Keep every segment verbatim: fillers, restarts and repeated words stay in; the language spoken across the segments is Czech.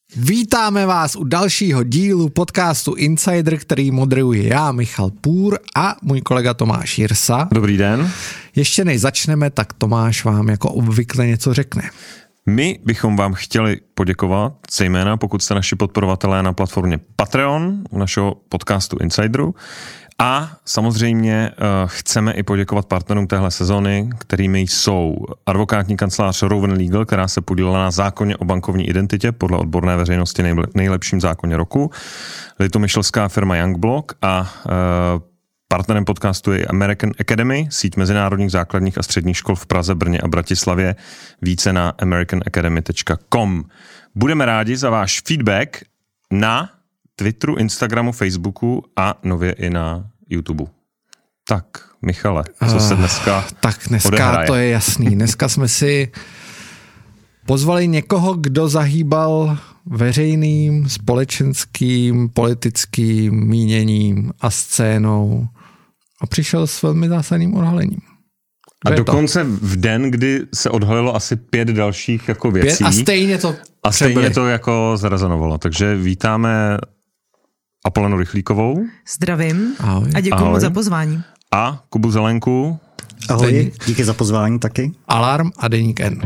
Vítáme vás u dalšího dílu podcastu Insider, který moderuji já, Michal Půr, a můj kolega Tomáš Jirsa. Dobrý den. Ještě než začneme, tak Tomáš vám jako obvykle něco řekne. My bychom vám chtěli poděkovat, zejména pokud jste naši podporovatelé na platformě Patreon u našeho podcastu Insideru. A samozřejmě uh, chceme i poděkovat partnerům téhle sezóny, kterými jsou advokátní kancelář Rowan Legal, která se podílela na zákoně o bankovní identitě podle odborné veřejnosti nejle, nejlepším zákoně roku, litomyšlská firma Youngblock a uh, partnerem podcastu je American Academy, síť mezinárodních základních a středních škol v Praze, Brně a Bratislavě. Více na american academy tečka com. Budeme rádi za váš feedback na Twitteru, Instagramu, Facebooku a nově i na YouTube. Tak, Michale, co se dneska uh, Tak dneska odehraje? To je jasný. Dneska jsme si pozvali někoho, kdo zahýbal veřejným, společenským, politickým míněním a scénou a přišel s velmi zásadním odhalením. A dokonce to? v den, kdy se odhalilo asi pět dalších jako věcí. Pět a stejně to A stejně přebyli. to jako zarezonovalo. Takže vítáme Apolenu Rychlíkovou. Zdravím. Ahoj. A děkuji moc za pozvání. A Kubu Zelenku. Ahoj, Deník. Díky za pozvání taky. Alarm a Deník N.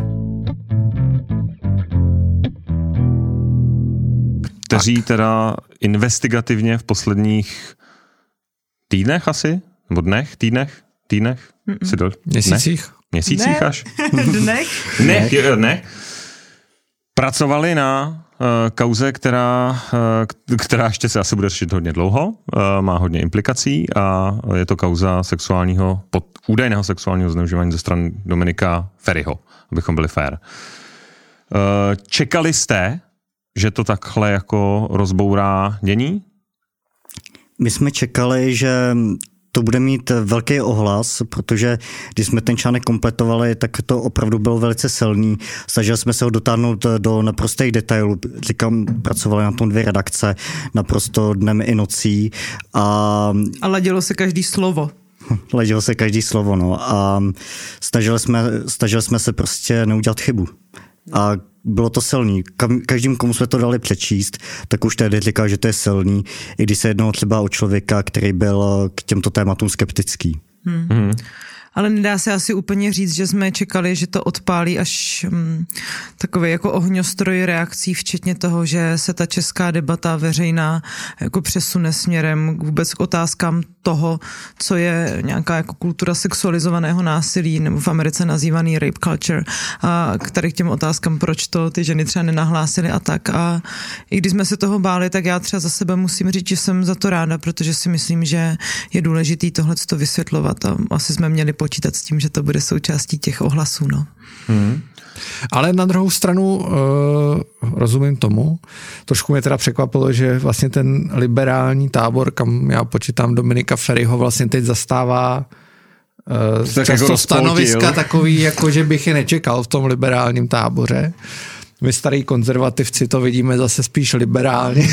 Kteří tak. teda investigativně v posledních týdnech asi? Nebo dnech? Týdnech? Týdnech? Si do... Měsících? Ne? Měsících ne. až? Dnech? Dnech, jo, dnech. Pracovali na uh, kauze, která, uh, která ještě se asi bude řešit hodně dlouho, uh, má hodně implikací a je to kauza sexuálního, pod, údajného sexuálního zneužívání ze strany Dominika Feriho, abychom byli fair. Uh, čekali jste, že to takhle jako rozbourá dění? My jsme čekali, že to bude mít velký ohlas, protože když jsme ten článek kompletovali, tak to opravdu bylo velice silný. Snažili jsme se ho dotáhnout do naprostých detailů. Říkám, pracovali na tom dvě redakce, naprosto dnem i nocí. A, a ladilo se každý slovo. Ladilo se každý slovo, no. A snažili jsme, snažili jsme se prostě neudělat chybu. A bylo to silný. Každým, komu jsme to dali přečíst, tak už tehdy říkal, že to je silný, i když se jednalo třeba o člověka, který byl k těmto tématům skeptický. Hmm. Hmm. Ale nedá se asi úplně říct, že jsme čekali, že to odpálí až hm, takový jako ohňostroj reakcí, včetně toho, že se ta česká debata veřejná jako přesune směrem k vůbec k otázkám toho, co je nějaká jako kultura sexualizovaného násilí, nebo v Americe nazývaný rape culture, a k tady k těm otázkám, proč to ty ženy třeba nenahlásily a tak. A i když jsme se toho báli, tak já třeba za sebe musím říct, že jsem za to ráda, protože si myslím, že je důležitý tohleto vysvětlovat a asi jsme měli počítat s tím, že to bude součástí těch ohlasů, no. Hmm. Ale na druhou stranu uh, rozumím tomu. Trošku mě teda překvapilo, že vlastně ten liberální tábor, kam já počítám Dominika Feriho, vlastně teď zastává uh, často jako stanoviska takový, jako že bych je nečekal v tom liberálním táboře. My starý konzervativci to vidíme zase spíš liberálně.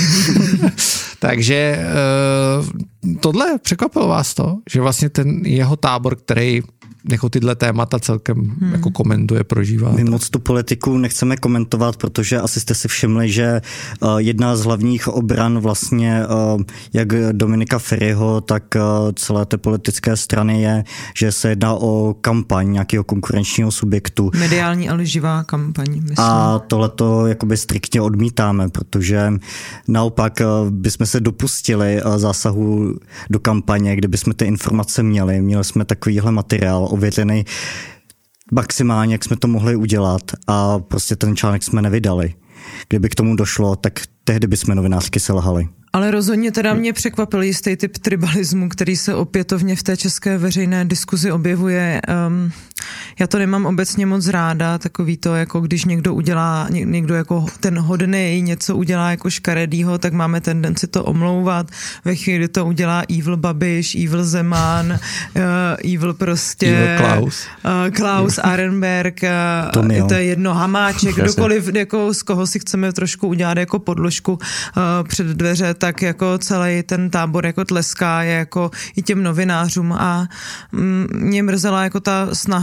Takže uh, tohle překvapilo vás to, že vlastně ten jeho tábor, který jako tyhle témata celkem hmm. jako komentuje, prožívá. My moc tu politiku nechceme komentovat, protože asi jste si všimli, že uh, jedna z hlavních obran vlastně uh, jak Dominika Feriho, tak uh, celé té politické strany je, že se jedná o kampaň nějakého konkurenčního subjektu. Mediální, ale živá kampaň, myslím. A tohleto jakoby striktně odmítáme, protože naopak uh, bychom se dopustili uh, zásahu do kampaně, kde bychom ty informace měli. Měli jsme takovýhle materiál ověřený maximálně, jak jsme to mohli udělat a prostě ten článek jsme nevydali. Kdyby k tomu došlo, tak tehdy bychom novinářky selhali. Ale rozhodně teda mě překvapil jistý typ tribalismu, který se opětovně v té české veřejné diskuzi objevuje. Um, já to nemám obecně moc ráda, takový to, jako když někdo udělá, někdo jako ten hodnej něco udělá jako škaredýho, tak máme tendenci to omlouvat. Ve chvíli to udělá evil Babiš, evil Zeman, uh, evil prostě... Evil Klaus. Uh, Klaus Arenberg, uh, to, to je jedno, Hamáček, kdokoliv, jako, z koho si chceme trošku udělat jako podložku uh, před dveře, tak jako celý ten tábor jako tleská je jako i těm novinářům a mě mrzela jako ta snaha jako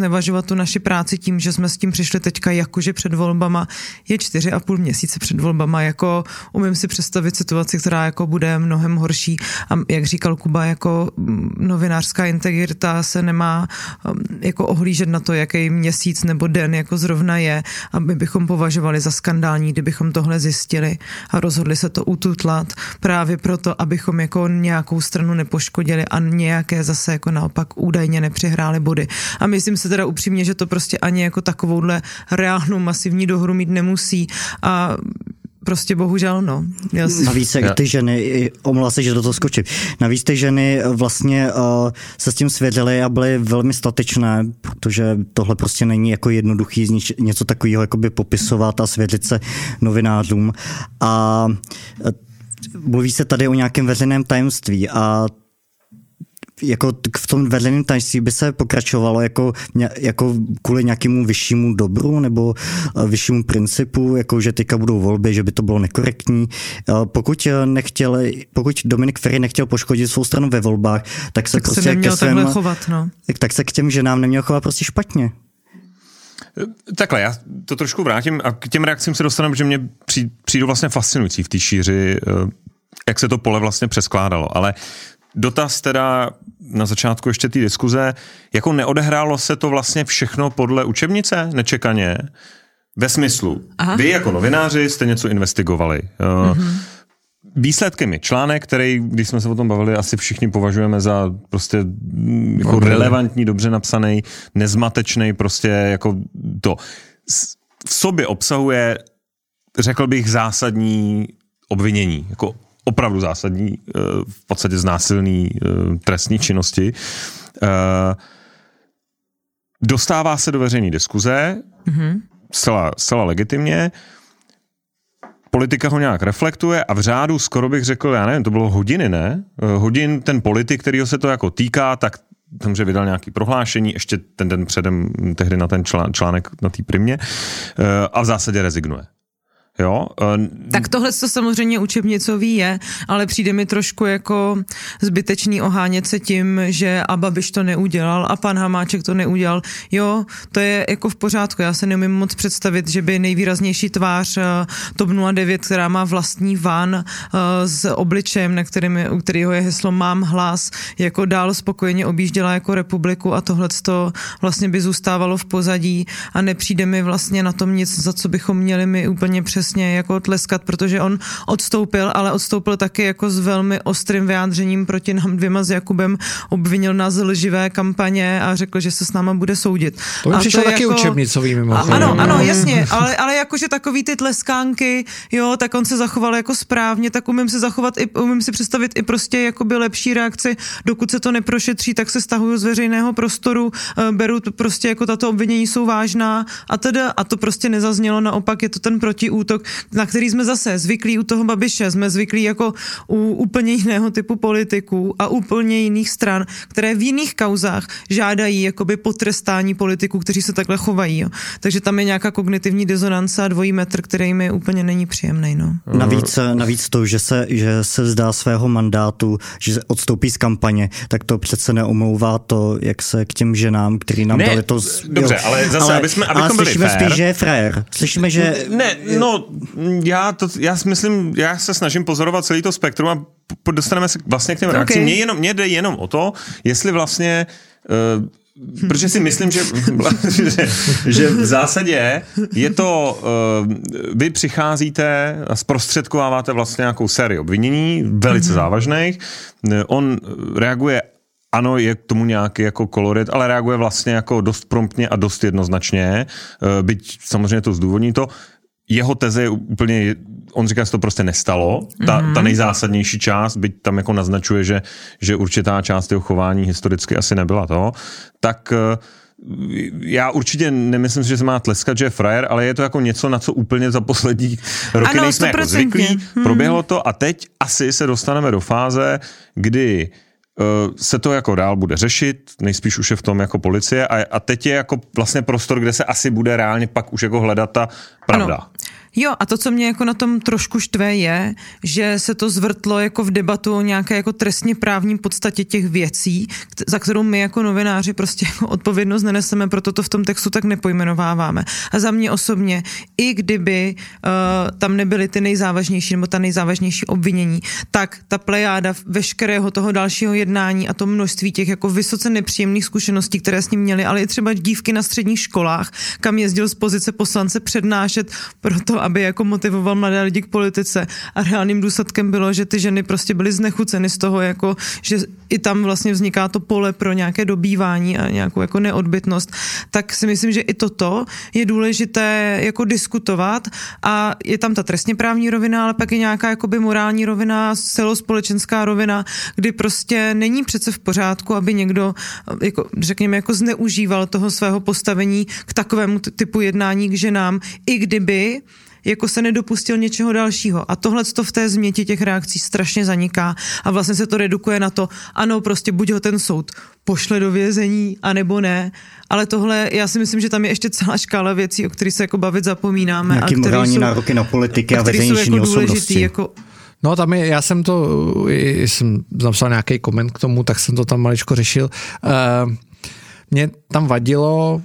znevažovat tu naši práci tím, že jsme s tím přišli teďka jakože před volbama, je čtyři a půl měsíce před volbama, jako umím si představit situaci, která jako bude mnohem horší a jak říkal Kuba, jako novinářská integrita se nemá jako ohlížet na to, jaký měsíc nebo den jako zrovna je, a my bychom považovali za skandální, kdybychom tohle zjistili a rozhodli se to ututlat právě proto, abychom jako nějakou stranu nepoškodili a nějaké zase jako naopak údajně nepřihráli body. A myslím si teda upřímně, že to prostě ani jako takovouhle reálnou masivní dohru mít nemusí a prostě bohužel, no. Jasně. Navíc ty ženy, omlouvám se, že do toho skočím, navíc ty ženy vlastně uh, se s tím svěřily a byly velmi statečné, protože tohle prostě není jako jednoduchý nič, něco takového jakoby popisovat a svěřit se novinářům. A uh, mluví se tady o nějakém veřejném tajemství a jako v tom vedleném tajemství by se pokračovalo jako, jako kvůli nějakému vyššímu dobru nebo vyššímu principu, jako že teďka budou volby, že by to bylo nekorektní. Pokud nechtěli, pokud Dominik Feri nechtěl poškodit svou stranu ve volbách, tak se tak prostě se neměl svém, takhle chovat, no. Tak se k těm ženám neměl chovat prostě špatně. Takhle, já to trošku vrátím a k těm reakcím se dostaneme, že mě přijde vlastně fascinující v té šíři, jak se to pole vlastně přeskládalo, ale dotaz teda na začátku ještě té diskuze, jako neodehrálo se to vlastně všechno podle učebnice nečekaně? Ve smyslu, Aha. vy jako novináři jste něco investigovali. Mm-hmm. Výsledkem je článek, který, když jsme se o tom bavili, asi všichni považujeme za prostě jako okay. relevantní, dobře napsaný, nezmatečný, prostě jako to. V sobě obsahuje, řekl bych, zásadní obvinění, jako opravdu zásadní, v podstatě znásilný trestní činnosti. Dostává se do veřejné diskuze, mm-hmm. zcela, zcela legitimně, politika ho nějak reflektuje a v řádu skoro bych řekl, já nevím, to bylo hodiny, ne? Hodin ten politik, kterýho se to jako týká, tak tam, že vydal nějaké prohlášení, ještě ten den předem tehdy na ten článek na té Primě a v zásadě rezignuje. Jo? Tak tohle to samozřejmě učebnicový je, ale přijde mi trošku jako zbytečný ohánět se tím, že a Babiš to neudělal a pan Hamáček to neudělal. Jo, to je jako v pořádku. Já se neumím moc představit, že by nejvýraznější tvář T O P nula devět, která má vlastní van s obličejem, na kterým je, u kterého je heslo Mám hlas, jako dál spokojeně objížděla jako republiku a tohleto vlastně by zůstávalo v pozadí a nepřijde mi vlastně na tom nic, za co bychom měli my úplně přes jako tleskat, protože on odstoupil, ale odstoupil taky jako s velmi ostrým vyjádřením proti nám dvěma s Jakubem, obvinil nás z lživé kampaně a řekl, že se s náma bude soudit. To mi přišlo taky jako učebnicový mimochodem. Ano, ano, jasně, ale, ale jakože takový ty tleskánky, jo, tak on se zachoval jako správně, tak umím se zachovat i, umím si představit i prostě jakoby lepší reakci, dokud se to neprošetří, tak se stahuju z veřejného prostoru, beru to prostě jako tato obvinění jsou vážná a teda, a to prostě nezaznělo, naopak je to ten protiútok, na který jsme zase zvyklí u toho Babiše, jsme zvyklí jako u úplně jiného typu politiků a úplně jiných stran, které v jiných kauzách žádají jakoby potrestání politiků, kteří se takhle chovají. Jo. Takže tam je nějaká kognitivní disonance a dvojí metr, který mi úplně není příjemný. No. Navíc, navíc to, že se, že se vzdá svého mandátu, že odstoupí z kampaně, tak to přece neomlouvá to, jak se k těm ženám, který nám ne, dali to... Dobře, jo, ale zase, ale, abychom, abychom ale byli slyšíme fair. Spíš, že je frajer. Slyšíme, že... Ne, no, já, to, já myslím, já se snažím pozorovat celý to spektrum a dostaneme se vlastně k těm reakcím. Mně jenom, mně jde jenom o to, jestli vlastně... Uh, protože si myslím, že, že, že v zásadě je to, uh, vy přicházíte a zprostředkováváte vlastně nějakou sérii obvinění, velice mm-hmm. závažných. On reaguje, ano, je k tomu nějaký jako kolorit, ale reaguje vlastně jako dost promptně a dost jednoznačně, uh, byť samozřejmě to zdůvodní to. Jeho teze je úplně, on říká, že to prostě nestalo, ta, mm-hmm. ta nejzásadnější část, byť tam jako naznačuje, že, že určitá část jeho chování historicky asi nebyla to, tak já určitě nemyslím si, že se má tleskat, že je frajer, ale je to jako něco, na co úplně za poslední roky ano, nejsme jako zvyklí. Hmm. Proběhlo to a teď asi se dostaneme do fáze, kdy uh, se to jako dál bude řešit, nejspíš už je v tom jako policie a, a teď je jako vlastně prostor, kde se asi bude reálně pak už jako hledat ta pravda. Ano. Jo, a to, co mě jako na tom trošku štve, je, že se to zvrtlo jako v debatu o nějaké jako trestně právní podstatě těch věcí, za kterou my jako novináři prostě jako odpovědnost neneseme, proto to v tom textu tak nepojmenováváme. A za mě osobně, i kdyby uh, tam nebyly ty nejzávažnější nebo ta nejzávažnější obvinění, tak ta plejáda veškerého toho dalšího jednání a to množství těch jako vysoce nepříjemných zkušeností, které s ním měli, ale i třeba dívky na středních školách, kam jezdil z pozice poslance přednášet proto, aby jako motivoval mladé lidi k politice, a reálným důsledkem bylo, že ty ženy prostě byly znechuceny z toho, jako, že i tam vlastně vzniká to pole pro nějaké dobývání a nějakou jako neodbytnost, tak si myslím, že i toto je důležité jako diskutovat a je tam ta trestně právní rovina, ale pak je nějaká jakoby morální rovina, celospolečenská rovina, kdy prostě není přece v pořádku, aby někdo, jako, řekněme, jako zneužíval toho svého postavení k takovému typu jednání k ženám, i kdyby jako se nedopustil něčeho dalšího. A tohle to v té změti těch reakcí strašně zaniká a vlastně se to redukuje na to, ano, prostě buď ho ten soud pošle do vězení, anebo ne. Ale tohle, já si myslím, že tam je ještě celá škála věcí, o kterých se jako bavit zapomínáme. Nějaký a morální jsou, nároky na politiky a, a veřejní jako osobnosti. Jako No tam je, já jsem to, jsem napsal nějaký koment k tomu, tak jsem to tam maličko řešil. Uh, mě tam vadilo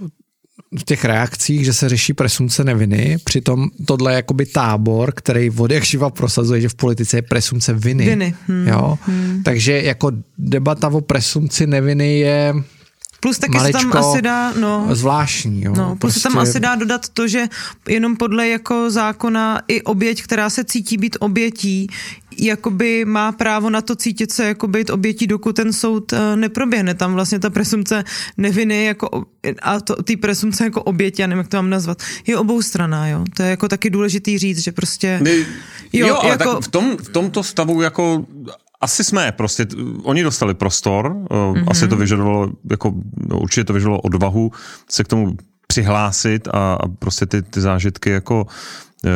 v těch reakcích, že se řeší presumce neviny, přitom tohle je jakoby tábor, který od jak živa prosazuje, že v politice je presumce viny. Viny. Hmm. Jo? Hmm. Takže jako debata o presumci neviny je plus taky se tam asi dá, no, zvláštní. Jo? No, plus prostě se tam asi dá dodat to, že jenom podle jako zákona i oběť, která se cítí být obětí, jakoby má právo na to cítit se jako být obětí, dokud ten soud neproběhne. Tam vlastně ta presumce neviny jako, a to, ty presumce jako oběti, já nevím, jak to mám nazvat, je oboustranná, jo. To je jako taky důležitý říct, že prostě... Ne, jo, jo, ale jako, tak v, tom, v tomto stavu jako... Asi jsme, prostě, oni dostali prostor, mm-hmm. asi to vyžadovalo, jako, no, určitě to vyžadovalo odvahu se k tomu přihlásit a, a prostě ty, ty zážitky jako e,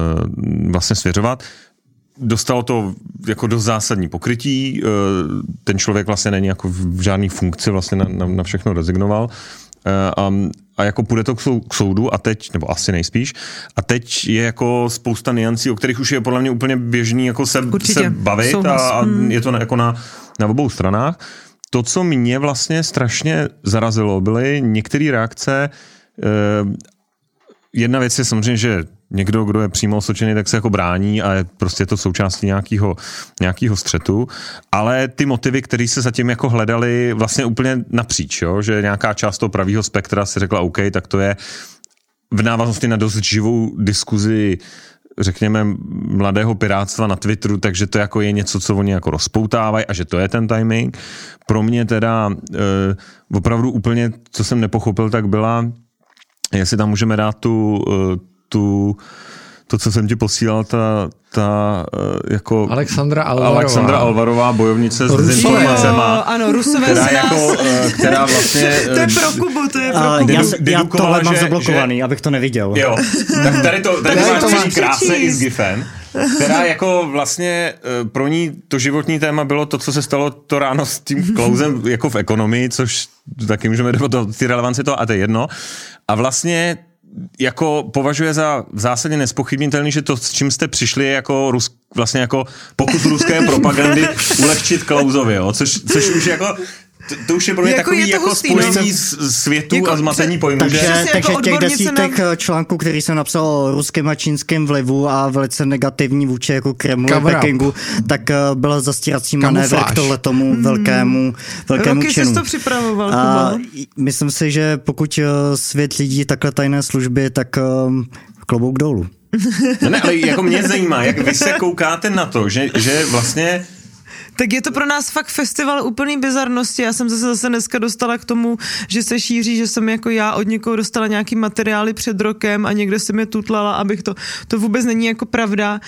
vlastně svěřovat. Dostalo to jako dost zásadní pokrytí, e, ten člověk vlastně není jako v žádný funkci, vlastně na, na, na všechno rezignoval. A, a jako půjde to k, sou, k soudu a teď, nebo asi nejspíš, a teď je jako spousta niancí, o kterých už je podle mě úplně běžný jako se, se bavit a, a je to na, jako na, na obou stranách. To, co mě vlastně strašně zarazilo, byly některé reakce. Eh, jedna věc je samozřejmě, že někdo, kdo je přímo osočený, tak se jako brání a je prostě to součástí nějakého, nějakého střetu, ale ty motivy, které se zatím jako hledali vlastně úplně napříč, jo? Že nějaká část toho pravého spektra si řekla OK, tak to je v návaznosti na dost živou diskuzi, řekněme, mladého pirátstva na Twitteru, takže to jako je něco, co oni jako rozpoutávají a že to je ten timing. Pro mě teda e, opravdu úplně, co jsem nepochopil, tak byla, jestli tam můžeme dát tu e, tu, to, co jsem ti posílal, ta, ta jako... Alexandra Alvarová. Alexandra Alvarová, bojovnice s dezinformacema. Ano, Rusové která, jako, která vlastně... To je pro Kubu, to je pro Kubu. Já, já tohle mám že, zablokovaný, že, abych to neviděl. Jo, tak tady to, tady tady máš to celý krásně i s gifem, která jako vlastně pro ní to životní téma bylo to, co se stalo to ráno s tím Klausem jako v ekonomii, což taky můžeme debatovat ty relevanci toho, a to je jedno. A vlastně jako považuje za v zásadě nespochybnitelný, že to, s čím jste přišli, je jako Rus, vlastně jako pokus ruské propagandy ulehčit Klausovi, jo? Což, což už jako to, to už je pro mě jako takový jako hustý, spojení no. světu jako, a zmatení pojmu. Takže, že... takže jako těch desítek na... článků, který jsem napsal o ruském a čínském vlivu a velice negativní vůči jako Kremlu a Pekingu, tak byl zastírací manévr k tohle tomu hmm. velkému, velkému Roky činu. Roky jsi to připravoval, a Kuba. myslím si, že pokud svět lidí takhle tajné služby, tak klobouk dolů. No ne, ale jako mě zajímá, jak vy se koukáte na to, že, že vlastně tak je to pro nás fakt festival úplný bizarnosti. Já jsem zase zase dneska dostala k tomu, že se šíří, že jsem jako já od někoho dostala nějaký materiály před rokem a někde jsem je tutlala, abych to, to vůbec není jako pravda.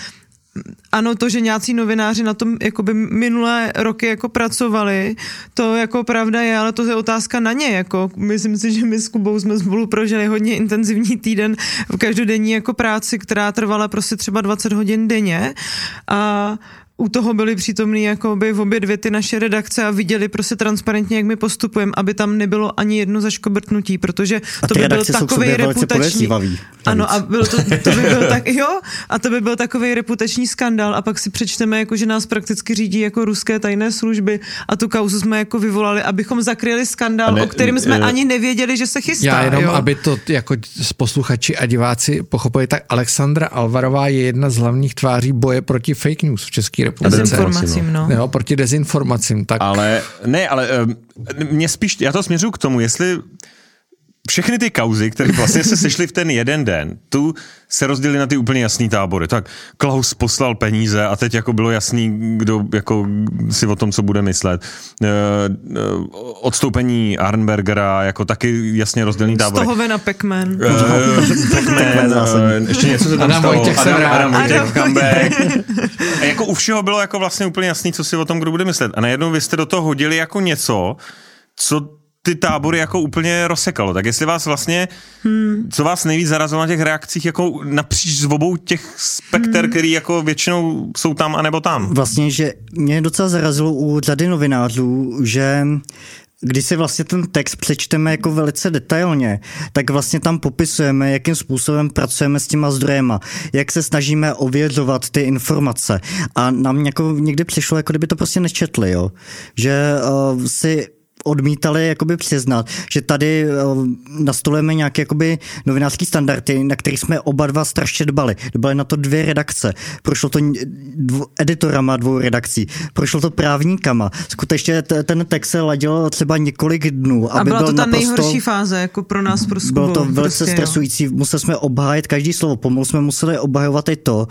Ano, to, že nějací novináři na tom jakoby minulé roky jako pracovali, to jako pravda je, ale to je otázka na ně. Jako, myslím si, že my s Kubou jsme spolu prožili hodně intenzivní týden v každodenní jako práci, která trvala prostě třeba dvacet hodin denně a u toho byli přítomní jakoby v obě dvě ty naše redakce a viděli prostě transparentně, jak my postupujeme, aby tam nebylo ani jedno zaškobrtnutí, protože a to by byl takovej reputační... Ano, a byl to, to by byl tak, jo, a to by byl takovej reputační skandál a pak si přečteme, jako, že nás prakticky řídí jako ruské tajné služby a tu kauzu jsme jako vyvolali, abychom zakryli skandál, ne, o kterém jsme ne, ani nevěděli, že se chystá. Já jenom, jo? aby to jako posluchači a diváci pochopili, tak Alexandra Alvarová je jedna z hlavních tváří boje proti fake news v České republice. Dezinformacím, no. Jo, proti dezinformacím. Tak... Ale, ne, ale mě spíš, já to směřuju k tomu, jestli všechny ty kauzy, které vlastně se sešly v ten jeden den, tu se rozdělili na ty úplně jasný tábory. Tak Klaus poslal peníze a teď jako bylo jasný, kdo jako si o tom, co bude myslet. E, e, odstoupení Arnbergera, jako taky jasně rozdělený tábory. Z toho na Pac-Man. E, Pac-Man, e, ještě něco se tam Adam stalo. Vojtěch Adam, Adam, Adam Vojtěch, comeback. A jako u všeho bylo jako vlastně úplně jasný, co si o tom kdo bude myslet. A najednou vy jste do toho hodili jako něco, co ty tábory jako úplně rozsekalo. Tak jestli vás vlastně, hmm. co vás nejvíc zarazilo na těch reakcích jako napříč z obou těch spekter, hmm. který jako většinou jsou tam anebo tam? Vlastně, že mě docela zarazilo u řady novinářů, že když si vlastně ten text přečteme jako velice detailně, tak vlastně tam popisujeme, jakým způsobem pracujeme s těma zdrojema, jak se snažíme ověřovat ty informace. A nám jako někdy přišlo, jako kdyby to prostě nečetli, jo. Že uh, si odmítali jakoby přiznat, že tady uh, nastolujeme nějaké jakoby novinářský standardy, na kterých jsme oba dva strašně dbali. Dbali na to dvě redakce. Prošlo to dvo, editorama dvou redakcí. Prošlo to právníkama. Skutečně t- ten text se ladil třeba několik dnů. A aby byla byl to ta naprosto, nejhorší fáze, jako pro nás pro Skubu. Bylo to velice prostě, stresující. Jo. Museli jsme obhájit každý slovo. Pomalu jsme museli obhajovat i to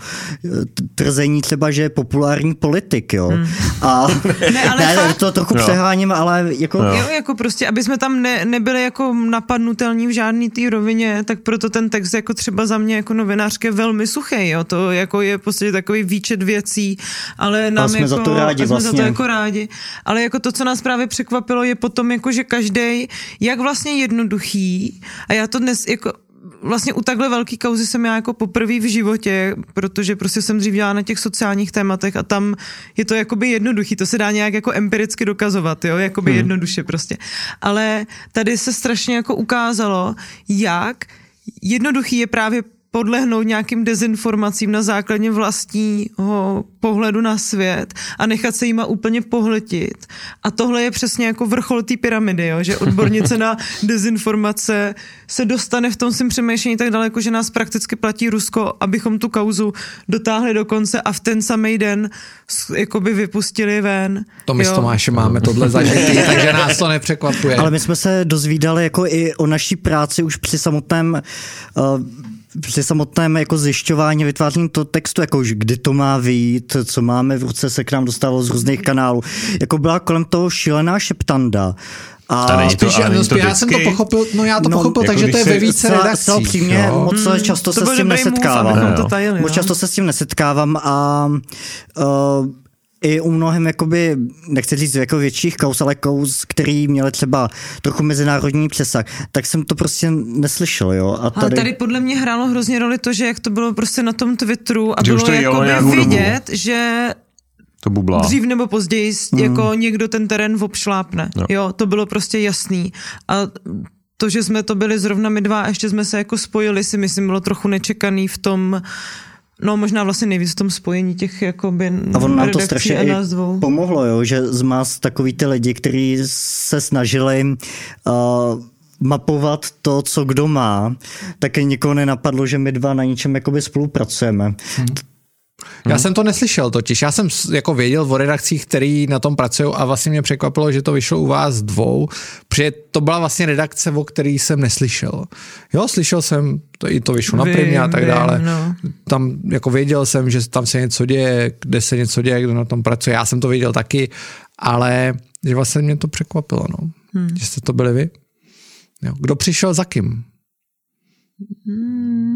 tvrzení třeba, že je populární politik. Jo. Hmm. A ne, ale ne, fakt... to trochu no. přeháním, ale jako Jo, jako prostě, aby jsme tam ne, nebyli jako napadnutelní v žádný té rovině, tak proto ten text jako třeba za mě jako novinářské velmi suchý, jo, to jako je prostě takový výčet věcí, ale nám jsme jako, za to rádi, jsme vlastně. za to jako rádi, ale jako to, co nás právě překvapilo, je potom jako, že každej, jak vlastně jednoduchý, a já to dnes jako vlastně u takhle velký kauzy jsem já jako poprvé v životě, protože prostě jsem dřív dělala na těch sociálních tématech a tam je to jakoby jednoduchý, to se dá nějak jako empiricky dokazovat, jo, jakoby hmm. jednoduše prostě. Ale tady se strašně jako ukázalo, jak jednoduchý je právě podlehnout nějakým dezinformacím na základě vlastního pohledu na svět a nechat se jima úplně pohltit. A tohle je přesně jako vrchol té pyramidy, jo? Že odbornice na dezinformace se dostane v tom svým přemýšlení tak daleko, že nás prakticky platí Rusko, abychom tu kauzu dotáhli do konce a v ten samý den jakoby vypustili ven. To my s Tomášem máme tohle zažitý, takže nás to nepřekvapuje. Ale my jsme se dozvídali jako i o naší práci už při samotném uh, při samotném jako zjišťování, vytváření toho textu, jako už kdy to má vyjít, co máme v ruce, se k nám dostalo z různých kanálů. Jako byla kolem toho šílená šeptanda. A to, spíš, ale spíš, já jsem to pochopil, no já to no, pochopil, jako takže to je ve více redakcích. Přímě, moc hmm, často se s tím nesetkávám. Moc často se s tím nesetkávám a uh, i u mnohem, jakoby, nechci říct jako větších kauz, ale kauz, který měly třeba trochu mezinárodní přesah, tak jsem to prostě neslyšel, jo. A tady... Ale tady podle mě hrálo hrozně roli to, že jak to bylo prostě na tom Twitteru a že bylo jakoby vidět, dobu. že to bublá. Dřív nebo později mm. jako někdo ten terén obšlápne. Jo. jo, to bylo prostě jasný. A to, že jsme to byli zrovna my dva a ještě jsme se jako spojili, si myslím, bylo trochu nečekaný v tom. No možná vlastně nejvíc v tom spojení těch jakoby a on nám to strašně a nás dvou. Pomohlo, jo, že z nás takový ty lidi, kteří se snažili uh, mapovat to, co kdo má, tak nikoho nenapadlo, že my dva na něčem jakoby spolupracujeme. Hmm. Já hmm. jsem to neslyšel totiž. Já jsem jako věděl o redakcích, který na tom pracují a vlastně mě překvapilo, že to vyšlo u vás dvou, protože to byla vlastně redakce, o který jsem neslyšel. Jo, slyšel jsem, to, i to vyšlo na Primě a tak vím, dále. No. Tam jako věděl jsem, že tam se něco děje, kde se něco děje, kdo na tom pracuje. Já jsem to věděl taky, ale že vlastně mě to překvapilo, no. Hmm. Že jste to byli vy. Jo. Kdo přišel za kým? Hmm.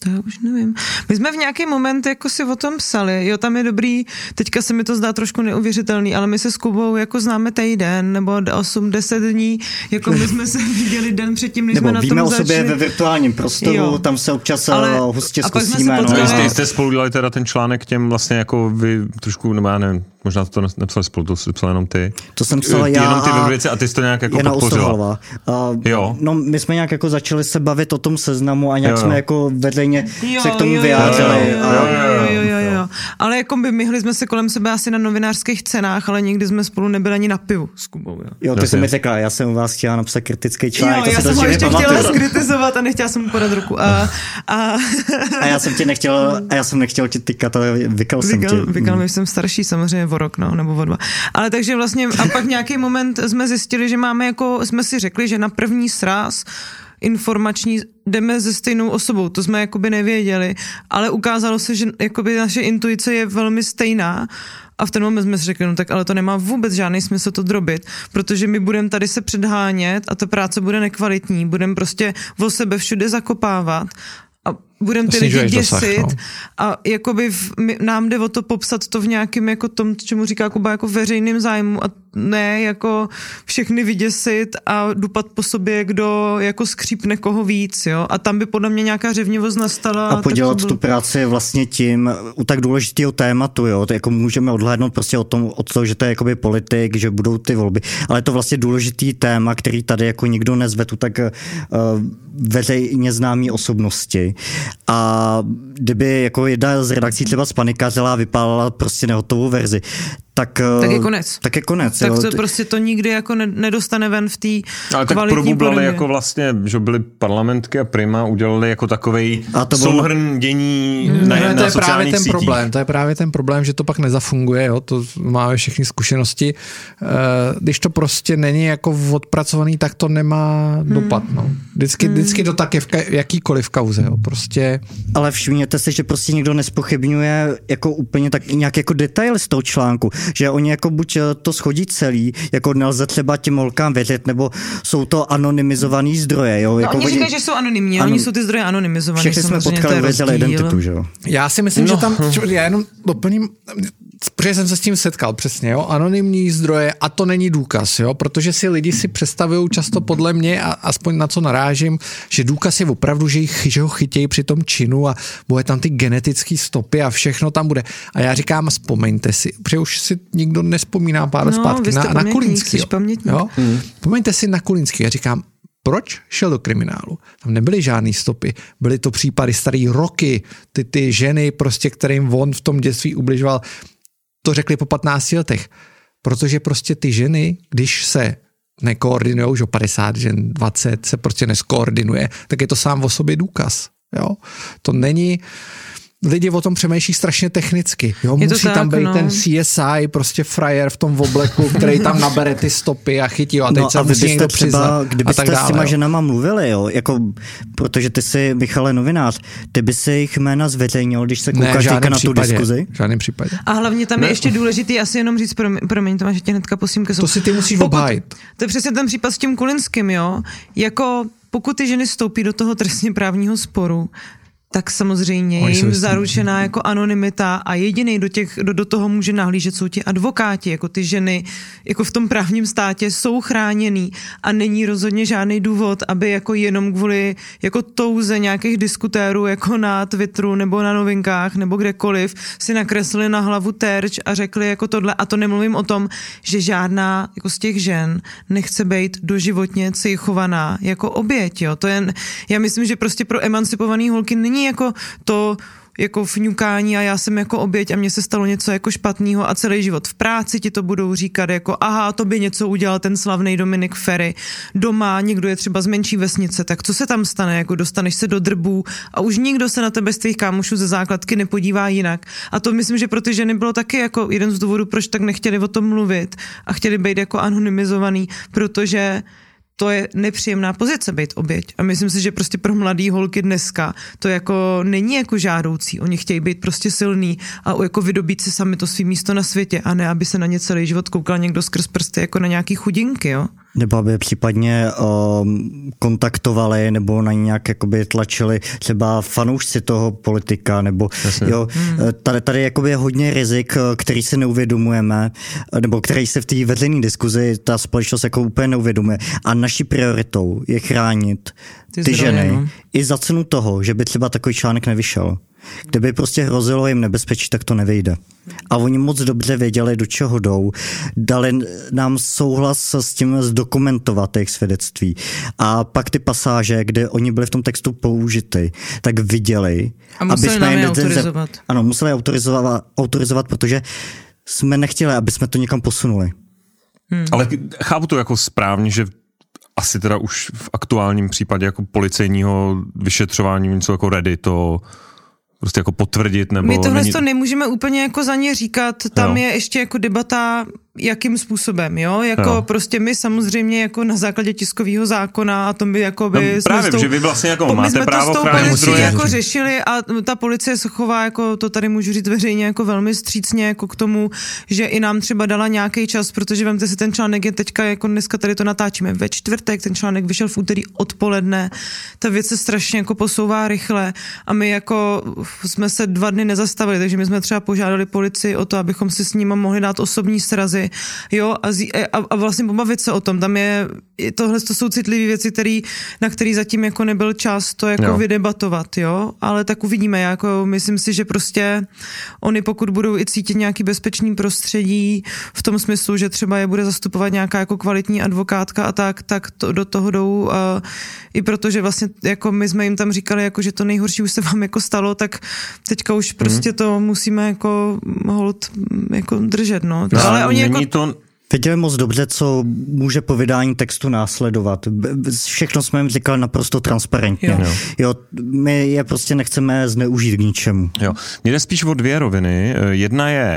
To já už nevím. My jsme v nějaký moment jako si o tom psali, jo, tam je dobrý, teďka se mi to zdá trošku neuvěřitelný, ale my se s Kubou jako známe týden, nebo osm deset dní, jako my jsme se viděli den předtím, než nebo jsme na tom víme začali. o sobě ve virtuálním prostoru, jo. Tam se občas ale, hustě zkusíme. No, jste, jste spolu dělali teda ten článek těm vlastně jako vy trošku, nebo já nevím, možná to nepsali spolu, to jsi psal jenom ty. To jsem psal já jenom ty věci a ty jsi to nějak jako podpořila. Uh, jo. No my jsme nějak jako začali se bavit o tom seznamu a nějak jo. jsme jako veřejně jo, se k tomu jo, vyjádřili. Jo, jo, jo, jo, jo, jo. Ale jako by myhli jsme se kolem sebe asi na novinářských cenách, ale nikdy jsme spolu nebyli ani na pivu s Kubou. Jo, jo ty jsi mi řekla, já jsem u vás chtěla napsat kritický článek. Jo, já jsem ho ještě chtěla skritizovat a nechtěla jsem mu podat ruku. A, a... a já jsem tě nechtěl, a já jsem nechtěl tě tykat, ale vykal jsem tě. Vykal mi, jsem starší samozřejmě o rok, no, nebo o dva. Ale takže vlastně a pak nějaký moment jsme zjistili, že máme jako, jsme si řekli, že na první sráz informační jdeme se stejnou osobou, to jsme jakoby nevěděli, ale ukázalo se, že jakoby naše intuice je velmi stejná a v ten moment jsme si řekli, no tak ale to nemá vůbec žádný smysl to drobit, protože my budeme tady se předhánět a ta práce bude nekvalitní, budeme prostě o sebe všude zakopávat a budeme ty lidi děsit dosah, no. A jakoby v, my, nám jde o to popsat to v nějakém jako tom, čemu říká Kuba, jako veřejným zájmu a ne jako všechny vyděsit a dupat po sobě, kdo jako skřípne koho víc, jo. A tam by podle mě nějaká řevnivost nastala. A podělat byl... tu práci vlastně tím, u tak důležitého tématu, jo. To jako můžeme odhlédnout prostě od, tom, od toho, že to je jakoby politik, že budou ty volby, ale je to vlastně důležitý téma, který tady jako nikdo nezve, tu tak uh, veřejně známý osobnosti. A kdyby jako jedna z redakcí třeba spanikařila a vypálila prostě nehotovou verzi, tak, tak je konec. Tak je konec. Tak jo. to prostě to nikdy jako nedostane ven v té ale tak probublali jako vlastně, že byly parlamentky a Prima udělali jako takovej souhrn byl... dění hmm. na, ne, na to je sociálních právě ten sítích. problém, to je právě ten problém, že to pak nezafunguje, jo, to máme všechny zkušenosti. Když to prostě není jako odpracovaný, tak to nemá hmm. dopad, no. Vždycky, hmm. vždycky to tak je v jakýkoliv kauze, jo, prostě. Ale všimněte si, že prostě někdo nespochybňuje jako úplně tak nějak jako detail z toho článku, že oni jako buď to schodí celý, jako nelze třeba těm holkám věřit, nebo jsou to anonymizovaný zdroje. Jo? No, jako oni říkají, že jsou anonymní, anon... oni jsou ty zdroje anonymizované. Všechny jsme potkali věděli identitu, že jo? Já si myslím, no. že tam, já jenom doplním, protože jsem se s tím setkal přesně, jo, anonymní zdroje a to není důkaz, jo, protože si lidi si představují často podle mě a aspoň na co narážím, že důkaz je opravdu, že, jich, že ho chytějí při tom činu a bude tam ty genetické stopy a všechno tam bude. A já říkám, vzpomeňte si, protože už si nikdo nespomíná pár no, zpátky na, na Kulínský. Jo? Hmm. Vzpomeňte si na Kulínský. Já říkám, proč šel do kriminálu? Tam nebyly žádný stopy. Byly to případy starý roky, ty, ty ženy, prostě, kterým on v tom dětství ubližoval. To řekli po patnácti letech. Protože prostě ty ženy, když se nekoordinujou, že padesát žen, dvacet se prostě neskoordinuje, tak je to sám o sobě důkaz. Jo? To není... Lidi o tom přemýšlí strašně technicky. Jo, musí tak, tam být no. ten C S I, prostě frajer v tom obleku, který tam nabere ty stopy a chytí. A teď no se a musí někdo přiznat. Kdybyste s těma jo. ženama mluvili, jo, jako, protože ty jsi, Michale, novinář, ty by si jejich jména zveřejnil, když se koukáš teďka na tu diskuzi? V žádném případě. A hlavně tam ne. je ještě důležitý asi jenom říct, promiň, promiň Tomáš, že tě hnedka posím ke To si ty musíš obhájit. To je přesně ten případ s tím Kulínským, jo. Jako pokud ty ženy vstoupí do toho trestně právního sporu, tak samozřejmě je jim zaručená jako anonymita a jediný do, těch, do, do toho může nahlížet jsou ti advokáti, jako ty ženy jako v tom právním státě jsou chráněný a není rozhodně žádný důvod, aby jako jenom kvůli jako touze nějakých diskutérů jako na Twitteru nebo na Novinkách nebo kdekoliv si nakreslili na hlavu terč a řekli jako tohle a to nemluvím o tom, že žádná jako z těch žen nechce být doživotně cejchovaná jako oběť, jo. To je, já myslím, že prostě pro emancipovaný holky není jako to jako fňukání a já jsem jako oběť a mně se stalo něco jako špatného a celý život v práci ti to budou říkat jako aha, to by něco udělal ten slavný Dominik Ferry. Doma někdo je třeba z menší vesnice, tak co se tam stane? Jako dostaneš se do drbů a už nikdo se na tebe z tvých kámošů ze základky nepodívá jinak. A to myslím, že pro ty ženy bylo taky jako jeden z důvodů, proč tak nechtěli o tom mluvit a chtěli být jako anonymizovaný, protože to je nepříjemná pozice být oběť. A myslím si, že prostě pro mladý holky dneska to jako není jako žádoucí. Oni chtějí být prostě silný a jako vydobít si sami to svý místo na světě a ne, aby se na ně celý život koukal někdo skrz prsty jako na nějaký chudinky, jo. Nebo aby případně um, kontaktovali nebo na nějak jakoby tlačili třeba fanoušci toho politika, nebo jo, hmm. tady, tady jakoby je hodně rizik, který si neuvědomujeme, nebo který se v té veřejné diskuzi ta společnost jako úplně neuvědomuje. A naší prioritou je chránit ty, ty zdroje, ženy no. i za cenu toho, že by třeba takový článek nevyšel. Kdyby prostě hrozilo jim nebezpečí, tak to nevyjde. A oni moc dobře věděli, do čeho jdou. Dali nám souhlas s tím zdokumentovat jejich svědectví. A pak ty pasáže, kde oni byli v tom textu použity, tak viděli. A museli nám je autorizovat. Ano, museli autorizovat, autorizovat, protože jsme nechtěli, aby jsme to někam posunuli. Hmm. Ale chápu to jako správně, že asi teda už v aktuálním případě jako policejního vyšetřování něco jako Ready to prostě jako potvrdit, nebo... My tohle není... to nemůžeme úplně jako za ně říkat, tam jo. je ještě jako debata, jakým způsobem, jo, jako jo. prostě my samozřejmě jako na základě tiskového zákona a to by jako by... No, právě, stou... že vy vlastně jako po, máte právo chránit zdroje. jako řešili a ta policie se chová jako, to tady můžu říct veřejně, jako velmi vstřícně jako k tomu, že i nám třeba dala nějaký čas, protože vemte si ten článek je teďka, jako dneska tady to natáčíme ve čtvrtek, ten článek vyšel v úterý odpoledne, ta věc se strašně jako posouvá rychle a my jako jsme se dva dny nezastavili, takže my jsme třeba požádali policii o to, abychom si s nimi mohli dát osobní srazy, jo, a, zí, a, a vlastně pobavit se o tom. Tam je, tohle to jsou citlivé věci, který, na který zatím jako nebyl čas to jako jo. vydebatovat, jo, ale tak uvidíme, jako myslím si, že prostě oni pokud budou i cítit nějaký bezpečný prostředí v tom smyslu, že třeba je bude zastupovat nějaká jako kvalitní advokátka a tak, tak to, do toho jdou a i protože vlastně jako my jsme jim tam říkali, jako, že to nejhorší už se vám jako stalo, tak teďka už prostě hmm. to musíme jako hold jako držet, no. no ale oni jako... to... Věděli moc dobře, co může po vydání textu následovat. Všechno jsme jim říkali naprosto transparentně. Jo. Jo, my je prostě nechceme zneužít k ničemu. Jo. Mně jde spíš o dvě roviny. Jedna je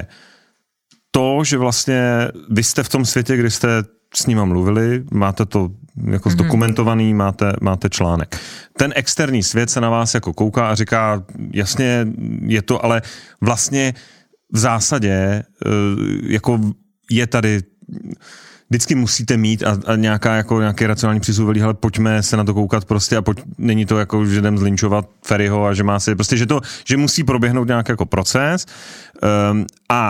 to, že vlastně vy jste v tom světě, kdy jste s nima mluvili, máte to jako zdokumentovaný, máte, máte článek. Ten externí svět se na vás jako kouká a říká, jasně je to, ale vlastně v zásadě jako je tady, vždycky musíte mít a, a nějaká jako nějaký racionální přístup, ale pojďme se na to koukat prostě a pojď, není to jako, že jdem zlinčovat Ferryho a že má si, prostě, že to, že musí proběhnout nějaký jako proces um, a